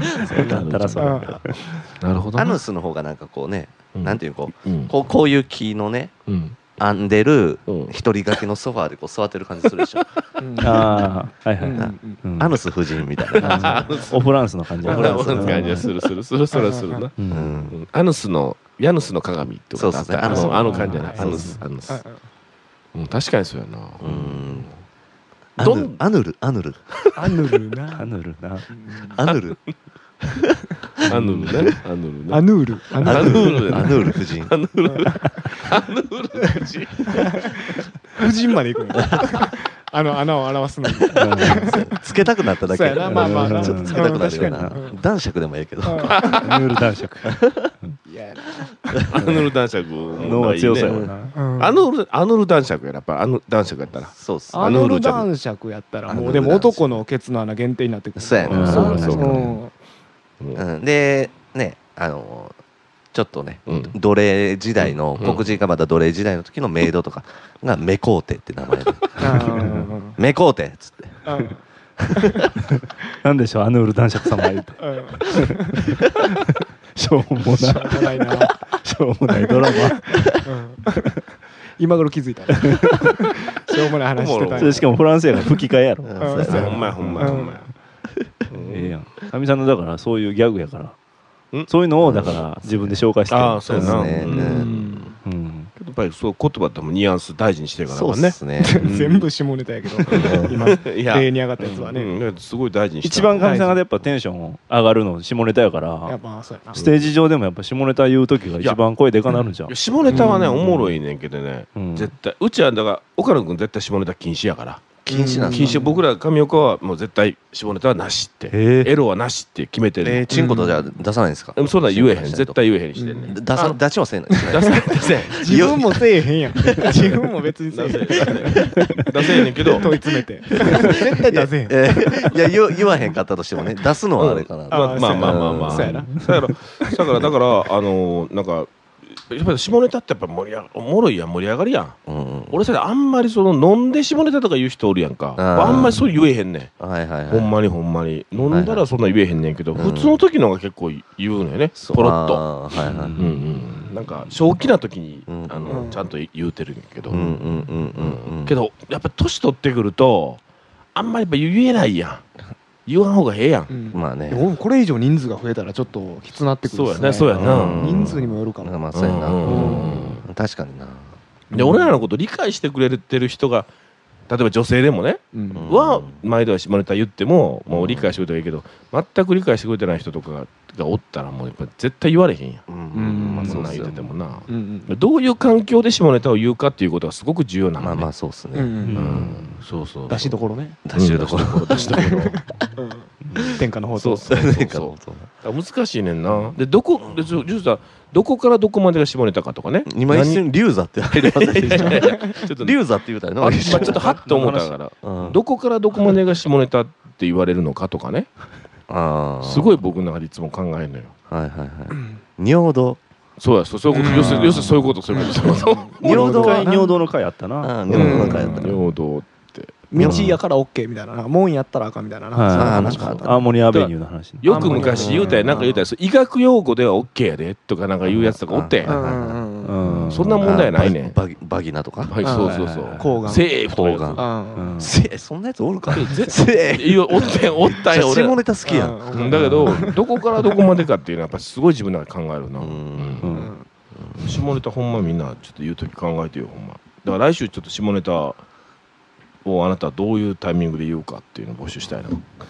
なるほど。
アヌスの方がなんかこうね、なんていうこういう木のね。編んでる一人掛けのソファーでこう座ってる感じするでしょ。
ああ、はいはい。
アヌス夫人みたいな感じ。
オフランスの感じ。
オフランスの感じはするな。アヌスのヤヌスの鏡ってことだった。あの感じじゃない。アヌス。確かにそうやな。
アヌルな。
アヌル。
アヌルね。
アヌール
夫人。
夫人まで行くの。穴を表すのに。
つけたくなっただけ。
そうやな。まあまあ
ちょっとつけたくなるよな。男爵でもいいけど。
アヌール男爵。
アヌール男爵
のが強そうやな。
アヌール男爵ややっぱ男爵やったら。
そうっす。
アヌール男爵やったらもうでも男のケツの穴限定になってくる。
そうやな。でね、 ちょっとね、奴隷時代の、黒人がまだ奴隷時代の時のメイドとかがメコーテって名前でメコーテっつって
なんでしょうアヌール男爵様言うてしょうもないなしょうもないドラマ
今頃気づいたしょうもない話してた
それしかもフランスやから吹き替えやろ
ほんまやほんまやほんまや
ええやんかみさんのだからそういうギャグやからそういうのをだから自分で紹介して
ああそうですねやっぱりそう言葉ってもニュアンス大事にしてるからね。
そうですね。
全部下ネタやけど今例に上がったやつはね
すごい大事にして
一番かみさんがやっぱテンション上がるの下ネタやからステージ上でもやっぱ下ネタ言う時が一番声でかなるんじゃん。
下ネタはねおもろいねんけどね絶対うちはだから岡野君絶対下ネタ禁止やから
禁止なん
ですか。僕ら上岡はもう絶対下ネタはなしってエロはなしって決めてる。
チンコとじゃ出さないんですか。
そんなん言えへん絶対言えへんにしてんねん。
出しはせんの。
自分もせえへんやん。自分も別にせえへん。
出せへんねんけど
問い詰めて絶対出せへん。
いや言わへんかったとしてもね出すのはあれかな。
まあそうやな。だからなんかやっぱり下ネタってやっぱおもろいやん盛り上がりやん。俺さあんまりその飲んで下ネタとか言う人おるやんか。あんまりそう言えへんねん。ほんまに飲んだらそんな言えへんねんけど普通の時のが結構言うのよねポロッと。なんか正気な時にちゃんと言うてるんやけどけどやっぱ年取ってくるとあんまりやっぱ言えないやん。言わん方がええやん。
まあね。
これ以上人数が増えたらちょっときつなってくる。
そうやな。
人数にもよるかな。
まあそうやな。確かにな。
で俺らのこと理解してくれてる人が例えば女性でもねは前では下ネタ言ってももう理解してくれたらいいけど全く理解してくれてない人とかがおったらもうやっぱ絶対言われへんやん。そんなん言っててもな。どういう環境で下ネタを言うかっていうことがすごく重要なのね。
まあそうですね。
そうそう。
出しどころね。
出しどころ。
天下の方
と。難しいねんな。でどこからどこまでが下ネタかとかね。
今一瞬龍座って入りませんでした。龍座って言うたらな。
ちょっとハッと思ったからどこからどこまでが下ネタって言われるのかとかね。すごい僕の中でいつも考えるのよ。
尿道。
そうやそういうこと要するにそういうこと
尿道の回あったな。
尿道って
道やから OK みたいな門やったらあかんみたいな
話があった。アーモニアアベニューの話。
よく昔言うたやなんか言うたや医学用語では OK やでとかなんか言うやつとかおってそんな問題ないね。
バギナとか。
そう
抗がん。
セーフとか。
そんなやつおるか。
おったよ俺。
下ネタ好きやん。
だけどどこからどこまでかっていうのはやっぱすごい自分の中で考えるな。下ネタほんまみんなちょっと言うとき考えてよほんま。だから来週ちょっと下ネタをあなたはどういうタイミングで言うかっていうのを募集したいな。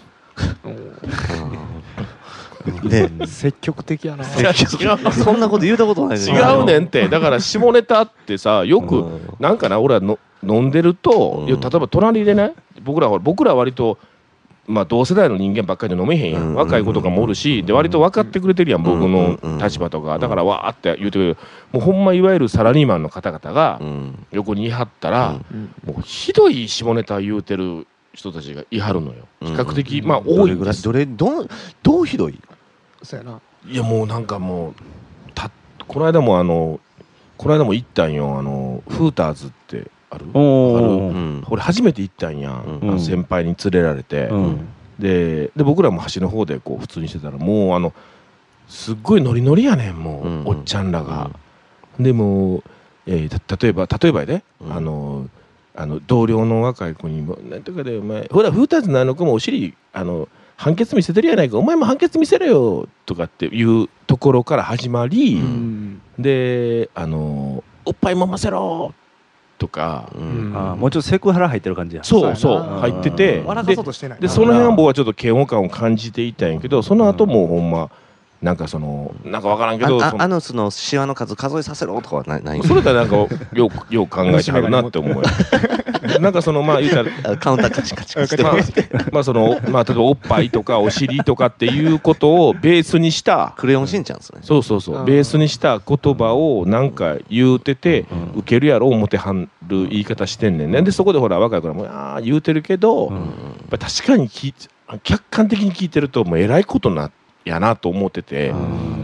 積極的やな。
そんなこと言うたことない。
違うねんって。だから下ネタってさよくなんかな俺は飲んでると例えば隣でね僕らは割とまあ同世代の人間ばっかりで飲めへんやん。若い子とかもおるしで割と分かってくれてるやん僕の立場とか。だからわーって言うてくれる。もうほんまいわゆるサラリーマンの方々が横にいはったらもうひどい下ネタ言うてる人たちがいはるのよ。比較的まあ多いです。
どうひどい。
そうやな。
いやもうなんかもうこの間も行ったんよ。フーターズってある俺初めて行ったんや先輩に連れられてで僕らも端の方でこう普通にしてたらもうすっごいノリノリやねんもうおっちゃんらが。でも例えばやで同僚の若い子にも「なんとかでお前ほらフーターズの子もお尻判決見せてるやないかお前も判決見せろよ」とかっていうところから始まりでおっぱい揉ませろとか
もうちょっとセクハラ入ってる感じや。
そう入っててでその辺は僕はちょっと嫌悪感を感じていたんやけどその後もほんまなんかなんか分からんけど
アヌスのシワの数数えさせろとかはない。
それでなんかよく考えてはるなって思うよ。なんかまあ言うたら
カウンターカチカチしてま
して例えばおっぱいとかお尻とかっていうことをベースにした
クレヨンしんちゃんですね。
そうベースにした言葉をなんか言うててウケるやろ思てはる言い方してんねんね。でそこでほら若い子らも言うてるけどやっぱ確かに客観的に聞いてるともうえらいことやなと思ってて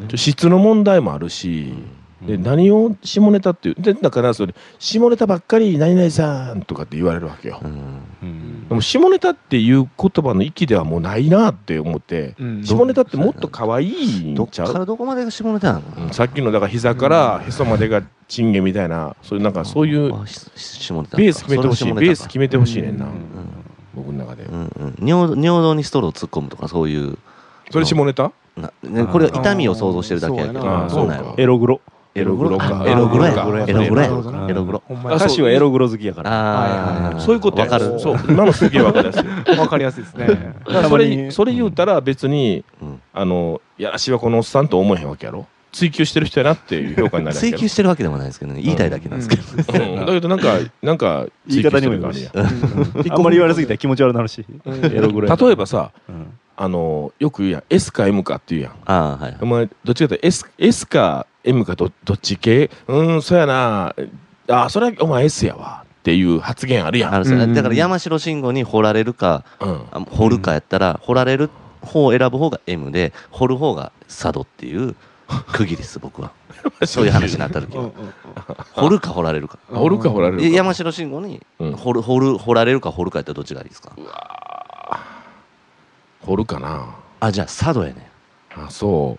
質の問題もあるし、で何を下ネタっていうでだからそれ下ネタばっかり何々さんとかって言われるわけよ。でも下ネタっていう言葉の域ではもうないなって思って、下ネタってもっと可愛いんちゃう？
どっからどこまでが下ネタなの？
さっきのだから膝からへそまでがチンゲみたいなそういうなんかそういうベース決めてほしいベース決めてほしいねんな、僕の中で。
尿道にストロー突っ込むとかそういう。
それ下ネタ？
これは痛みを想像してるだけやけど、
そうなんやろ。エログロ。
エログロか。エログロや。エログロや。エログロ。
歌詞はエログロ好きやから。
そういうことや。
わかる。
そう。今のすげえわかりやすい。
わかりやすいですね。
それ言うたら別にやらしいはこのおっさんと思えへんわけやろ。追求してる人やなっていう評価になる。
追求してるわけでもないですけどね。言いたいだけなんですけど。
だけどなんか
言い方にもよるし。あんまり言われすぎたら気持ち悪くなるし。エログロ。
例えばさ。よく言うやん S か M かって言うやん。お前どっちかというと S か M かどっち系そうやなそれはお前 S やわっていう発言あるやん。
だから山城慎吾に掘られるか掘るかやったら掘られる方を選ぶ方が M で掘る方が佐渡っていう区切りです僕は。そういう話になった時は掘るか掘られるか。
掘るか掘られるか。
山城慎吾に掘られるか掘るかやったらどっちがいいですか？
掘るかな。
じゃあ佐渡やね。
そう。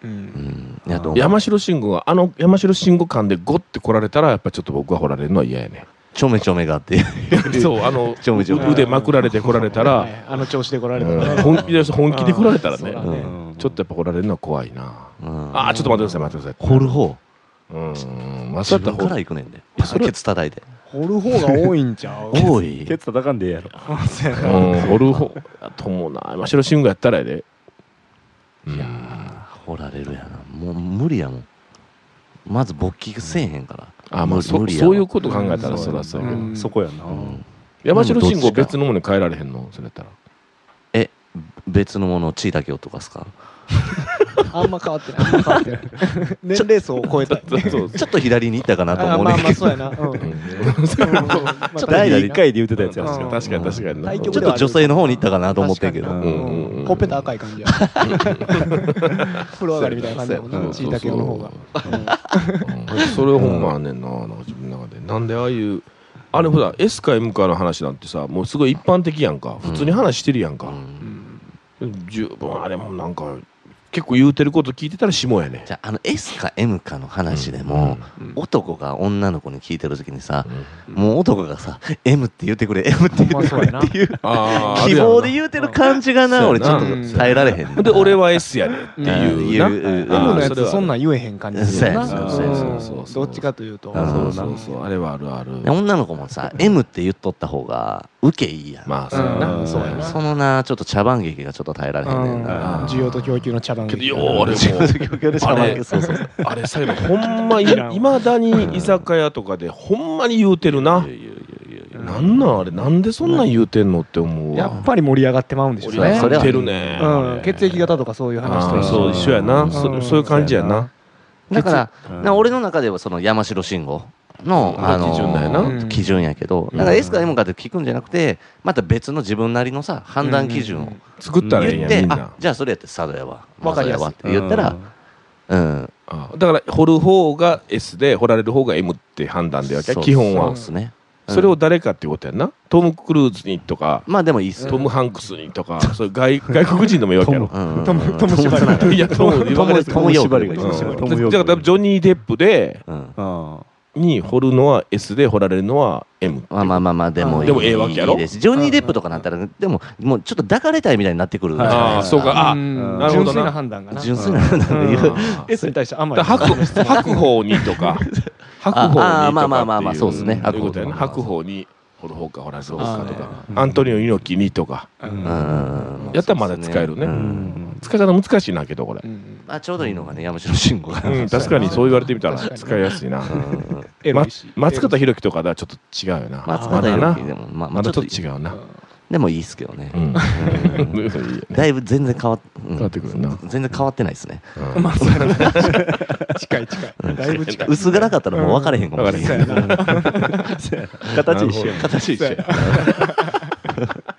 山
城慎吾が山城慎吾間でゴッて来られたらやっぱちょっと僕は掘られるのは嫌やね。
ちょめちょめがあって
そう腕まくられて来られたら
調子で来られたら
本気で来られたらねちょっとやっぱ掘られるのは怖いな。ちょっと待ってください
掘る方
自
分から行くねんでケツ叩いて
掘る方が多いんちゃう？
多い。
ケツ叩かんでええやろ。
掘る方ともな山城慎吾やったらやで。
いや掘られるやな。もう無理やもん。まず勃起せえへんから。
そういうこと考えたらそらそうやけど
そこやな。
山城慎吾別のものに変えられへんのそれやったら。
別のものを地位だけをとかすか？
あんま変わってない年齢層を超えたち
ょっと左に行ったかなと思うねんけど。
そうやな。
第1回で言ってたやつやん。
確かに
ちょっと女性の方に行ったかなと思ってんけど。
ほっぺた赤い感じや。風呂上がりみたいな感じやもんなしいたけの方が。
それほんまあんねんな自分の中で。なんでああいうあれほら S か M かの話なんてさもうすごい一般的やんか。普通に話してるやんか。十分あれもなんか結構言うてること聞いてたら下やね。
じゃあS か M かの話でも、男が女の子に聞いてる時にさ、もう男がさ M って言ってくれ M って言ってくれっていう希望で言うてる感じがな俺ちょっと耐えられへん。
で俺は S やでっていうな。
M のやつそんなん言えへん感じするな。どっちかというと
そうあれはあるある。
女の子もさ M って言っとった方が受けいいやん。
まあそうやな。
そのなちょっと茶番劇がちょっと耐えられへんねんな。
需要と供給の茶番劇。
あれさほんまいまだに居酒屋とかでほんまに言うてるな。なんなんあれなんでそんなん言うてんのって思うわ。
やっぱり盛り上がってまうんでしょうね。
盛り上がってるね。
血液型とかそういう話と
そう一緒やな。そういう感じやな。
だから俺の中ではその山城慎吾の基準やけど、だから S か M かって聞くんじゃなくてまた別の自分なりのさ判断基準を
作ったらいいんやみんな。
じゃあそれやって佐渡やわ分かりやすいって言ったら
だから掘る方が S で掘られる方が M って判断でわけ基本は。それを誰かっていうことやんな。トム・クルーズにとか
まあでもいいっす。
トム・ハンクスにとかそういう外国人でもいいわけやろ。
トム縛り。
いやトム
縛りがいい。
だからジョニー・デップでに掘るのは S で掘られるのは M。
まあでも
ええわけやろ。
ジョニー・デップとかなったらでももうちょっと抱かれたいみたいになってくる。
そうか。なるほどな。
純粋な判断がな。
純粋な判断で言う。
S に対して甘い。
白鵬にとか白鵬にとか
まあそうですね。
白鵬に掘る方か掘られる方かとかアントニオ猪木にとかやったらまだ使えるね。使い方難しいなけどこれ。
ちょうどいいのがね山城慎吾が。
確かにそう言われてみたら使いやすいな。松方弘樹とかだちょっと違うよな。
松方弘樹でも
まだちょっと違うな。
でもいいっすけどね。だいぶ全然変わ
ってくるな。
全然変わってないですね。
近いだいぶ近い。
薄暗かったらもう分かれへんかもしれない。
形一緒。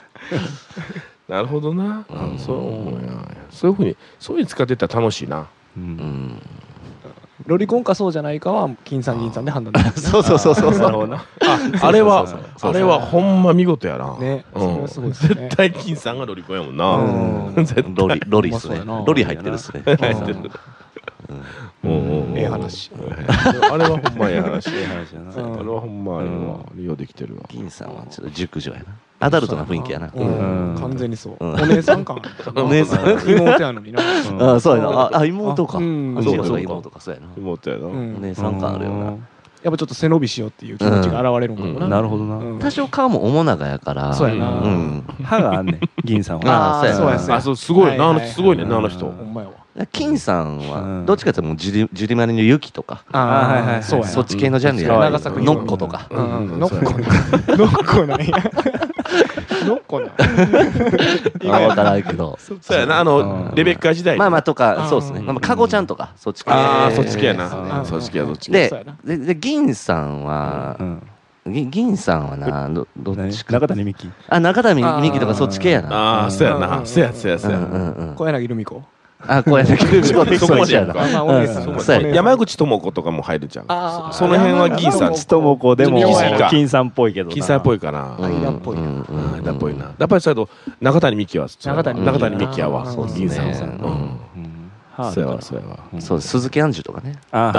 なるほどな。そう思うや。そういうふうに使ってたら楽しいな。
ロリコンかそうじゃないかは金さん銀さんで判断できる。
そうなるほどな。
あれはほんま見事やな。
ね、それはすごいですね。
絶対金さんがロリコンやもんな。
ロリっすね。ロリ入ってるっすね。
入ってる。
ええ話。
あれはほんまええ話。あれはほんま利用できてるわ。
銀さんはちょっと熟女やな。アダルトな雰囲気やな。
完全にそう。お姉さん感。
お姉さん。
妹やのにな。
あ、そうやな。あ、妹か。そう妹か、そうやな。
妹やな。
お姉さん感あるよな。
やっぱちょっと背伸びしようっていう気持ちが現れるんかもな。
なるほどな。
多少顔も面長やから。
そうやな。
歯があんねん、銀さんは。
あ、そうや
な。あ、そう、すごいな。すごいね、あの人。
ほんまやわ。
金さんはどっちかというとジュリマリのユキとか、そっち系のジャンルや。ノッコとか。
ノッコなんや。ノッコなん
や。分からんけど。
そうやな、レベッカ時代。
まあとか、そうですね。カゴちゃんとか、そっち系。
ああ、そっち系やな。そっち系や、そっち系。
で、銀さんは、銀さんはな、どっちか。
中谷美紀。
あ、中谷美紀とかそっち系やな。
ああ、そうやな。そうや。
小柳ルミ子。
あ、小柳ルミ子ってそこまでやな。
山口智子とかも入るじゃん。その辺は銀さん。
智子でも金さんっぽいけど。
金さんっぽいかな。
間っぽいな。
間っぽいな。やっぱりそれと中谷美紀は中谷美紀やわ。銀さん。そうやわ。
そう、鈴木杏樹とかね。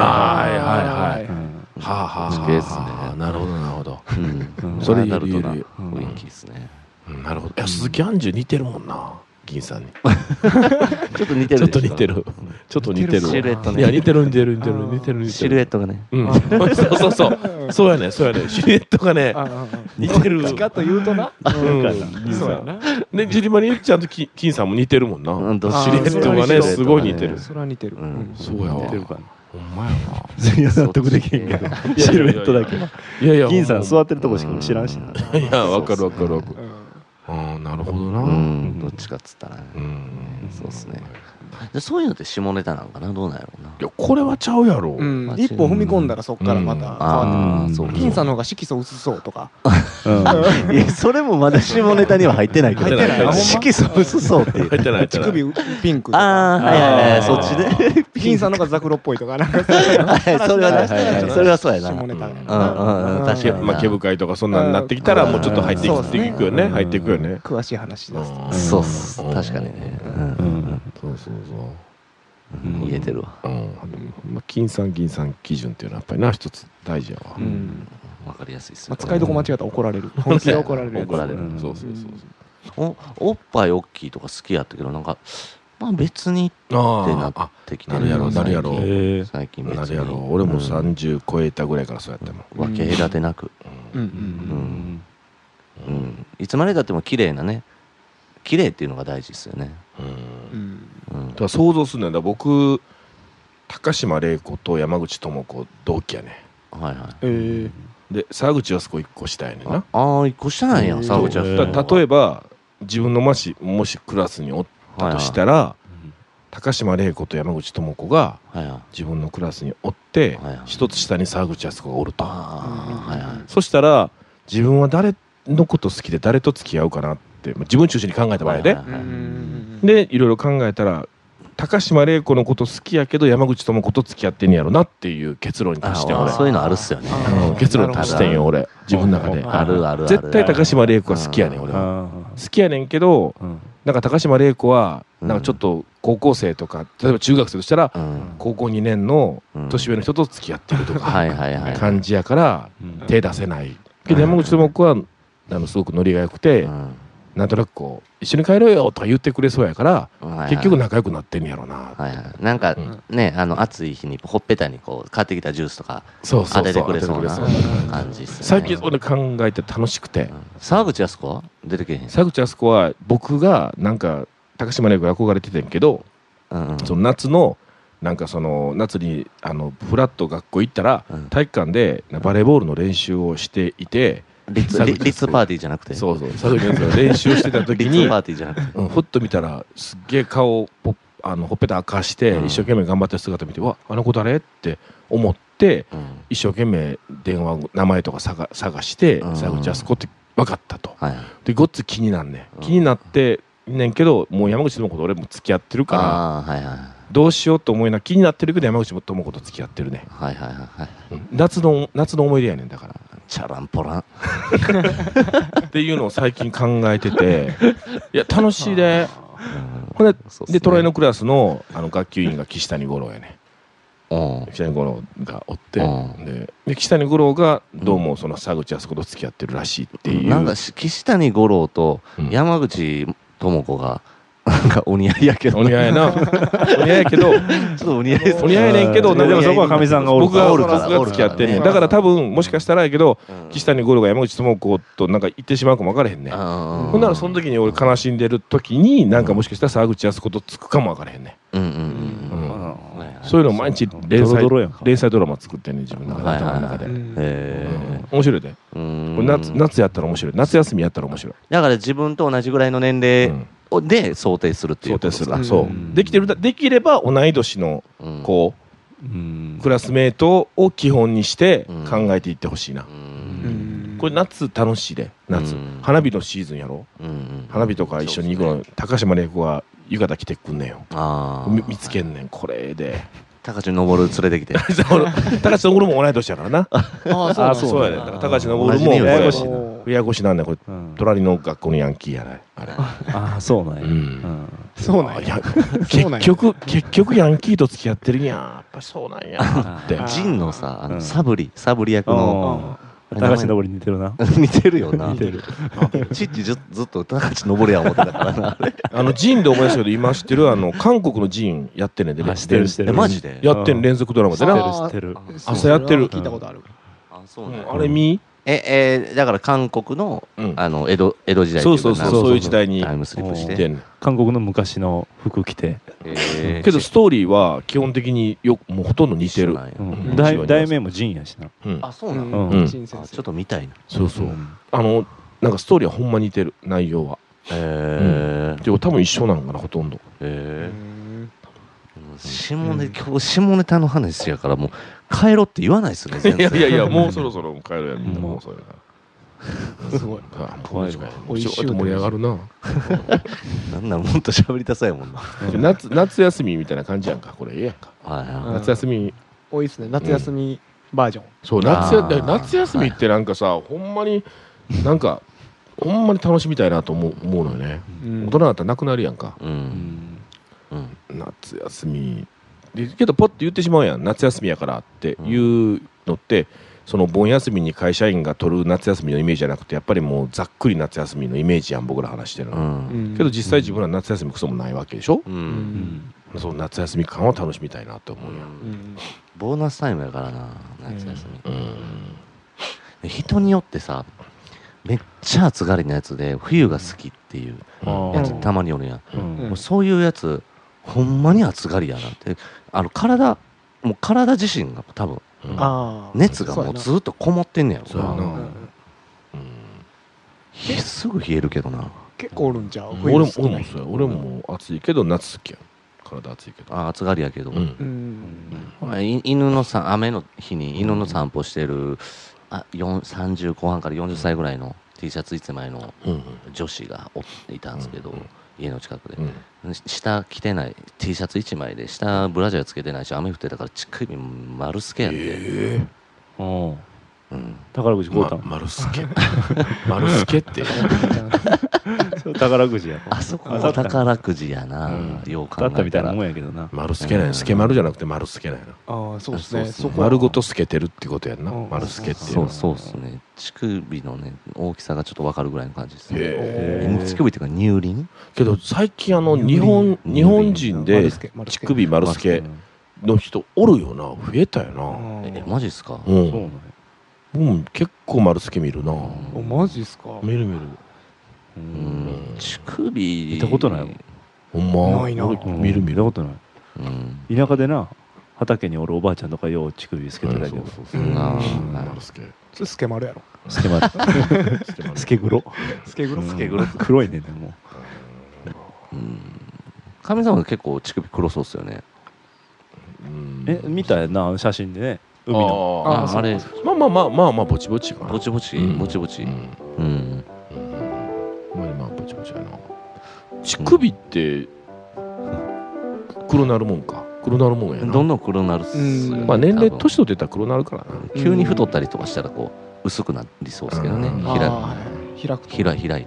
はいはあ。なるほど。それなるとな雰
囲気ですね。
なるほど。鈴木杏樹似てるもんな。銀さんに
ちょっと似てる。
ちょっと似てる。
シルエットね。
いや似てる。
シルエットがね。
そうやね。シルエットがね似てる。
どっちかというとな。
そうやな。ね、ジュリマリちゃんと金さんも似てるもんな。シルエットがねすごい似てる。
それは似てる。
そうやわ。ほんまやな。
全然納得できへんけど。シルエットだけ。
いや
銀さん座ってるとこしか知らんしな。
いやわかる。ああ、なるほどな。
どっちかっつったら。そうっすね。そういうのって下ネタなんかな、どうなんやろうな。
いや、これはちゃうやろ。
一歩踏み込んだらそっからまた変わってくる。金さんの方が色素薄そうとか。
いや、それもまだ下ネタには入ってないけど。色素薄そうっていう。
入ってない。
乳首ピンク。
ああ、はい、そっちで。
金さんの方がザクロっぽいとかなんか。
それはそうやな。
下ネタ。
確かに。
まあ毛深いとかそんなになってきたらもうちょっと入っていくよね。入っていくよね。
詳しい話です。
そうっす。確かにね。
そう。
言えてるわ。
金さん銀さん基準っていうのはやっぱりな一つ大事やわ。
わかりやすいっす。
使いどこ間違ったら怒られる。本気で怒られる。
そう。
おっぱい大きいとか好きやったけどなんかまあ別にってなってきて
なるやろ
最近別に
なるやろ。俺も30超えたぐらいからそうやったもん。
分け隔てなく。いつまでだっても綺麗なね。綺麗っていうのが大事ですよね。
だから想像するんだよ。僕高島玲子と山口智子同期やね。で沢口靖子1個下やねんな。
ああ1個下なんや沢口靖
子。例えば自分のもしクラスにおったとしたら高島玲子と山口智子が自分のクラスにおって一つ下に沢口靖子がおると。そしたら自分は誰のこと好きで誰と付き合うかなって自分中心に考えた場合でいろいろ考えたら高島玲子のこと好きやけど山口智子と付き合ってんやろなっていう結論に達して俺
そういうのあるっすよね。
結論に達してんよ俺自分の中で。
ある
絶対高島玲子が好きやねん俺は。好きやねんけどなんか高島玲子はなんかちょっと高校生とか例えば中学生としたら高校2年の年上の人と付き合ってるとか感じやから手出せないけど山口智子はすごくノリが良くてなんとなくこう一緒に帰ろうよとか言ってくれそうやから結局仲良くなってんやろうな。
なんかね暑い日にほっぺたにこう買ってきたジュースとか当ててくれそうな感じですね。
最近俺考えて楽しくて。
沢口靖子は出てけへん。
沢口靖子は僕がなんか高島玲子に憧れててんけどその夏のなんかその夏にフラッと学校行ったら体育館でバレーボールの練習をしていて。
リッツパーティーじゃなくて
そう佐々木が練習してた時に
リッツパーティーじゃなくて
ふっと見たらすっげえ顔をほっぺた赤して一生懸命頑張ってる姿見てわあの子誰って思って一生懸命電話名前とか探して沢口靖子って分かったと。でごっつ気になんね気になってんねんけどもう山口のこと俺も付き合ってるからどうしようと思いな気になってるけど山口智子と付き合ってるね。
はいはいはいはい。
夏の思い出やねんだから。
チャランポラン
っていうのを最近考えてて、いや楽しいで。これでトライのクラスの学級委員が岸谷五郎やね。岸谷五郎がおって、で岸谷五郎がどうもその佐口靖子と付き合ってるらしいっていう。
なんか岸谷五郎と山口智子がなんかお似合いやけど、
お似合いな、お似合いやけど、ちょ
っとお似合い
お似合いねんけど、
でもそこはかみさんがおる
から、僕が付き合ってんねん。だから多分もしかしたらやけど、岸谷五郎が山口智子となんか言ってしまうかも分からへんねん。ほんならその時に俺悲しんでる時になんかもしかしたら沢口靖子とつくかも分からへんねん。そういうの毎日連載ドラマ作ってんねん自分の中で。面白いで。夏やったら面白い。夏休みやったら面白い。
だから自分と同じぐらいの年齢で想定するっていうことですか。
そうできれば同い年の子、クラスメートを基本にして考えていってほしいな。これ夏楽しいで。夏花火のシーズンやろ。花火とか一緒に行くの高島礼子が浴衣着てくんねんよ。見つけんねんこれで。
高知登連れてきて。
高知登も同い年やからな。
ああ
そうやね。だから高知登もややこしなんだこれ隣の学校のヤンキーやないあれ。
ああそうなんや。
そうなんや。
結局ヤンキーと付き合ってるんや。やっぱそうなんやって。
ジンのさサブリ役の。
高知登り似てるな。
似てるよな。似てる。チッチずっと高知登りや思ってたからな。
ジンで思い出したけど今知ってる韓国のジンやってんねんで。
知ってる。
マジで。
やってん連続ドラマでな。
知ってる。
朝やってる。
聞いたことある。
あそうね。
あれ見？
だから韓国の江戸時代
そういう時代に
タイムスリップして
韓国の昔の服着て。
けどストーリーは基本的にもうほとんど似てる。
題名もジンやしな。
あそうなの。ちょっと見たいな。
そうそう。なんかストーリーはほんま似てる内容は。でも多分一緒なんかなほとんど。
今日下ネタの話やからもう帰ろって言わないですね。
いやもうそろそろ帰るやみんなもうそうやな。
すごい。
怖いわ。盛り上がるな。
なんなんもっと喋りたそうやもんな。
夏休みみたいな感じやんかこれええやんか。夏休み
多いですね。夏休みバージョン。
そう夏休みってなんかさほんまに楽しみたいなと思うのよね。大人だったらなくなるやんか。夏休みけどポッて言ってしまうやん夏休みやからっていうのってその盆休みに会社員が取る夏休みのイメージじゃなくてやっぱりもうざっくり夏休みのイメージやん僕ら話してるの。けど実際自分は夏休みクソもないわけでしょ。その夏休み感を楽しみたいなって思うやん。
ボーナスタイムやからな夏休み。人によってさめっちゃ暑がりなやつで冬が好きっていうやつたまにおるやん。そういうやつほんまに暑がりやなって体自身が多分熱がもうずっとこもってんねやろな。すぐ冷えるけどな。
結構おるんちゃう。
俺も暑いけど夏好きやん。体暑いけど
暑がりやけど犬の雨の日に犬の散歩してる30後半から40歳ぐらいの T シャツ1枚の女子がいたんですけど家の近くで下着てない T シャツ1枚で下ブラジャーつけてないし雨降ってたから乳首丸透けやって
宝くじ買うた
丸透け丸透けって
宝くじや
あそこも宝くじやな。よう考えたら
だったみたいなもんやけどな。
丸透けない透け丸じゃなくて丸透けないな。
ああそうですね。
丸ごと透けてるってことやんな。丸透けって
そうですね。乳首のね大きさがちょっと分かるぐらいの感じですね。乳首っていうか乳輪
けど最近日本人で乳首丸透けの人おるよな。増えたよな。
マジっすか。
結構丸透け見るな。
マジっすか。
見る
乳首
見たことないもん。
ほんま
ないな。
見た
ことない。田舎でな畑におるおばあちゃんとかよう乳首つけてたけど。
丸透け。
それスケ丸やろ。
スケ丸。スケグロ。
スケグロ。
黒いねでも。
かみさんは結構乳首黒そうっすよね。
見たやな写真でね。海の
あれ
まあぼちぼちかな。
ぼちぼちぼちぼち。
まあぼちぼちやな。乳首って黒なるもんか。黒なるもんやな。
どんどん黒なるっすよね。
まあ年齢年取ってたら黒なるからな。
急に太ったりとかしたらこう薄くなりそうですけどね。
開くと
開いて。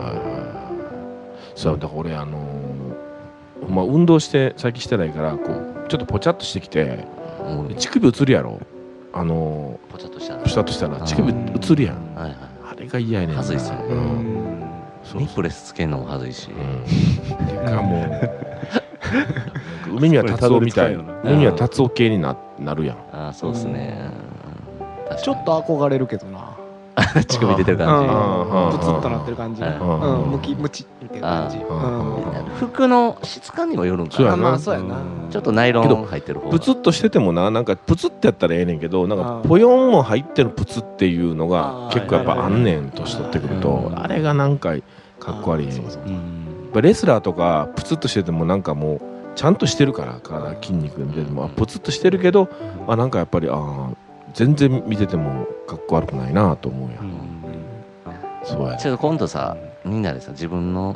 そうだから俺まあ運動して最近してないからこうちょっとポチャっとしてきて乳首映るやろ。
ポチャっと
したら乳首映るやん。あれが嫌やねん。
はずいっすよね。ニップレスつけるのもはずいし。
てかもう海には達夫みたいな。海には達夫系になるやん。
ああそうですね。
ちょっと憧れるけどな。
乳首出てる感
じ。プツッとなってる感じ。ムキムチっていう感じ。
服の質感にもよるんかな。
まあそうやな。
ちょっとナイロン入ってる方が。
プツッとしててもなんかプツッてやったらええねんけど、なんかポヨンも入ってるプツっていうのが結構やっぱあんねん年取ってくると、あれがなんかかっこ悪いね。レスラーとかプツッとしててもなんかもうちゃんとしてるから体筋肉でもプツッとしてるけど、なんかやっぱり全然見ててもかっこ悪くないなと思うやん。そうや。
ちょっと今度さみんなでさ自分の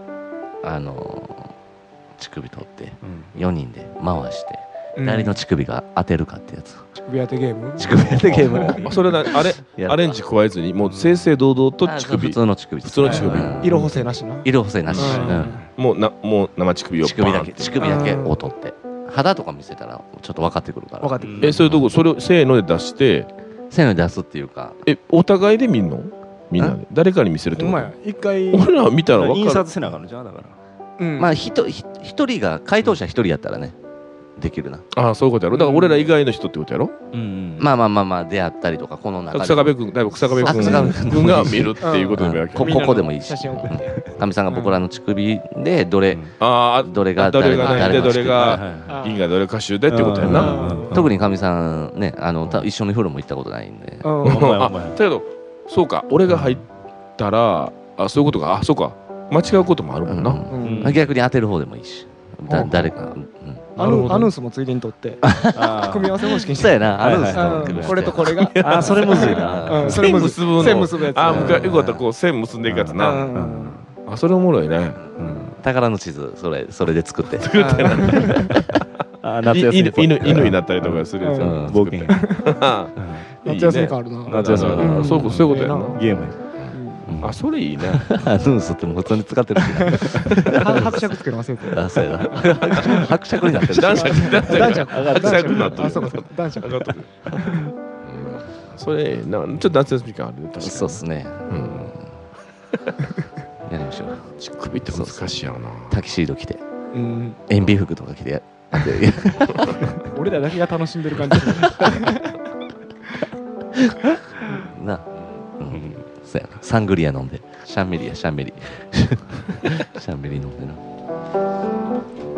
乳首取って4人で回して誰の乳首が当てるかってやつ。
乳首当てゲーム。
乳首当てゲーム。
それアレンジ加えずにもう正々堂々と乳首。
普通の乳首。
色補正なしな。
色補正なし。
もう生乳首を。
乳首だけを取って。肌とか見せたらちょっと分かってくるから。
そういうとこそれをせーので出して。
せーので出すっていうか。
お互いで見んの？みんなで誰かに見せるってこと？
一回
俺ら見たら分かる。
印刷せなあかんのじゃんだから。
まあ一人が回答者一人やったらねできるな。
そういうことやろ。だから俺ら以外の人ってことやろ。
まあ出会ったりとかこの中で。
草壁君が見るっていうことでもやけど。
ここでもいいし。かみさんが僕らの乳首でどれが
どれが銀がどれ歌手でってことやな。
特にかみさんね一緒に風呂も行ったことないんで。
だけどそうか俺が入ったらそういうことか。そうか間違うこともあるもんな。
逆に当てる方でもいいし誰か。
アヌースもついでに取って組み合わせ方式にして。
そうやなアヌー
スこれとこれが。
それむずいな。
線結ぶの。
線結ぶやつ。
よかったこう線結んでいくやつな。それおもろいね。
宝の地図それで作って
犬になったりとかするやつ。
冒険。
夏休み感あるな。
夏休み。そういうことやな。
ゲーム。
それいいね。
アヌースっても普通に使ってるし
伯爵つけるの忘れてる。
そうやな伯爵になってる。
男爵になってる。
そうか男爵。
それちょっと夏休み感あるね。確かに。
そうっすね。やりましょう。
乳首って難しいやろな。
タキシード着て塩ビ服とか着て
俺らだけが楽しんでる感じ
な。そうやな。サングリア飲んでシャンメリシャンメリ飲んでな。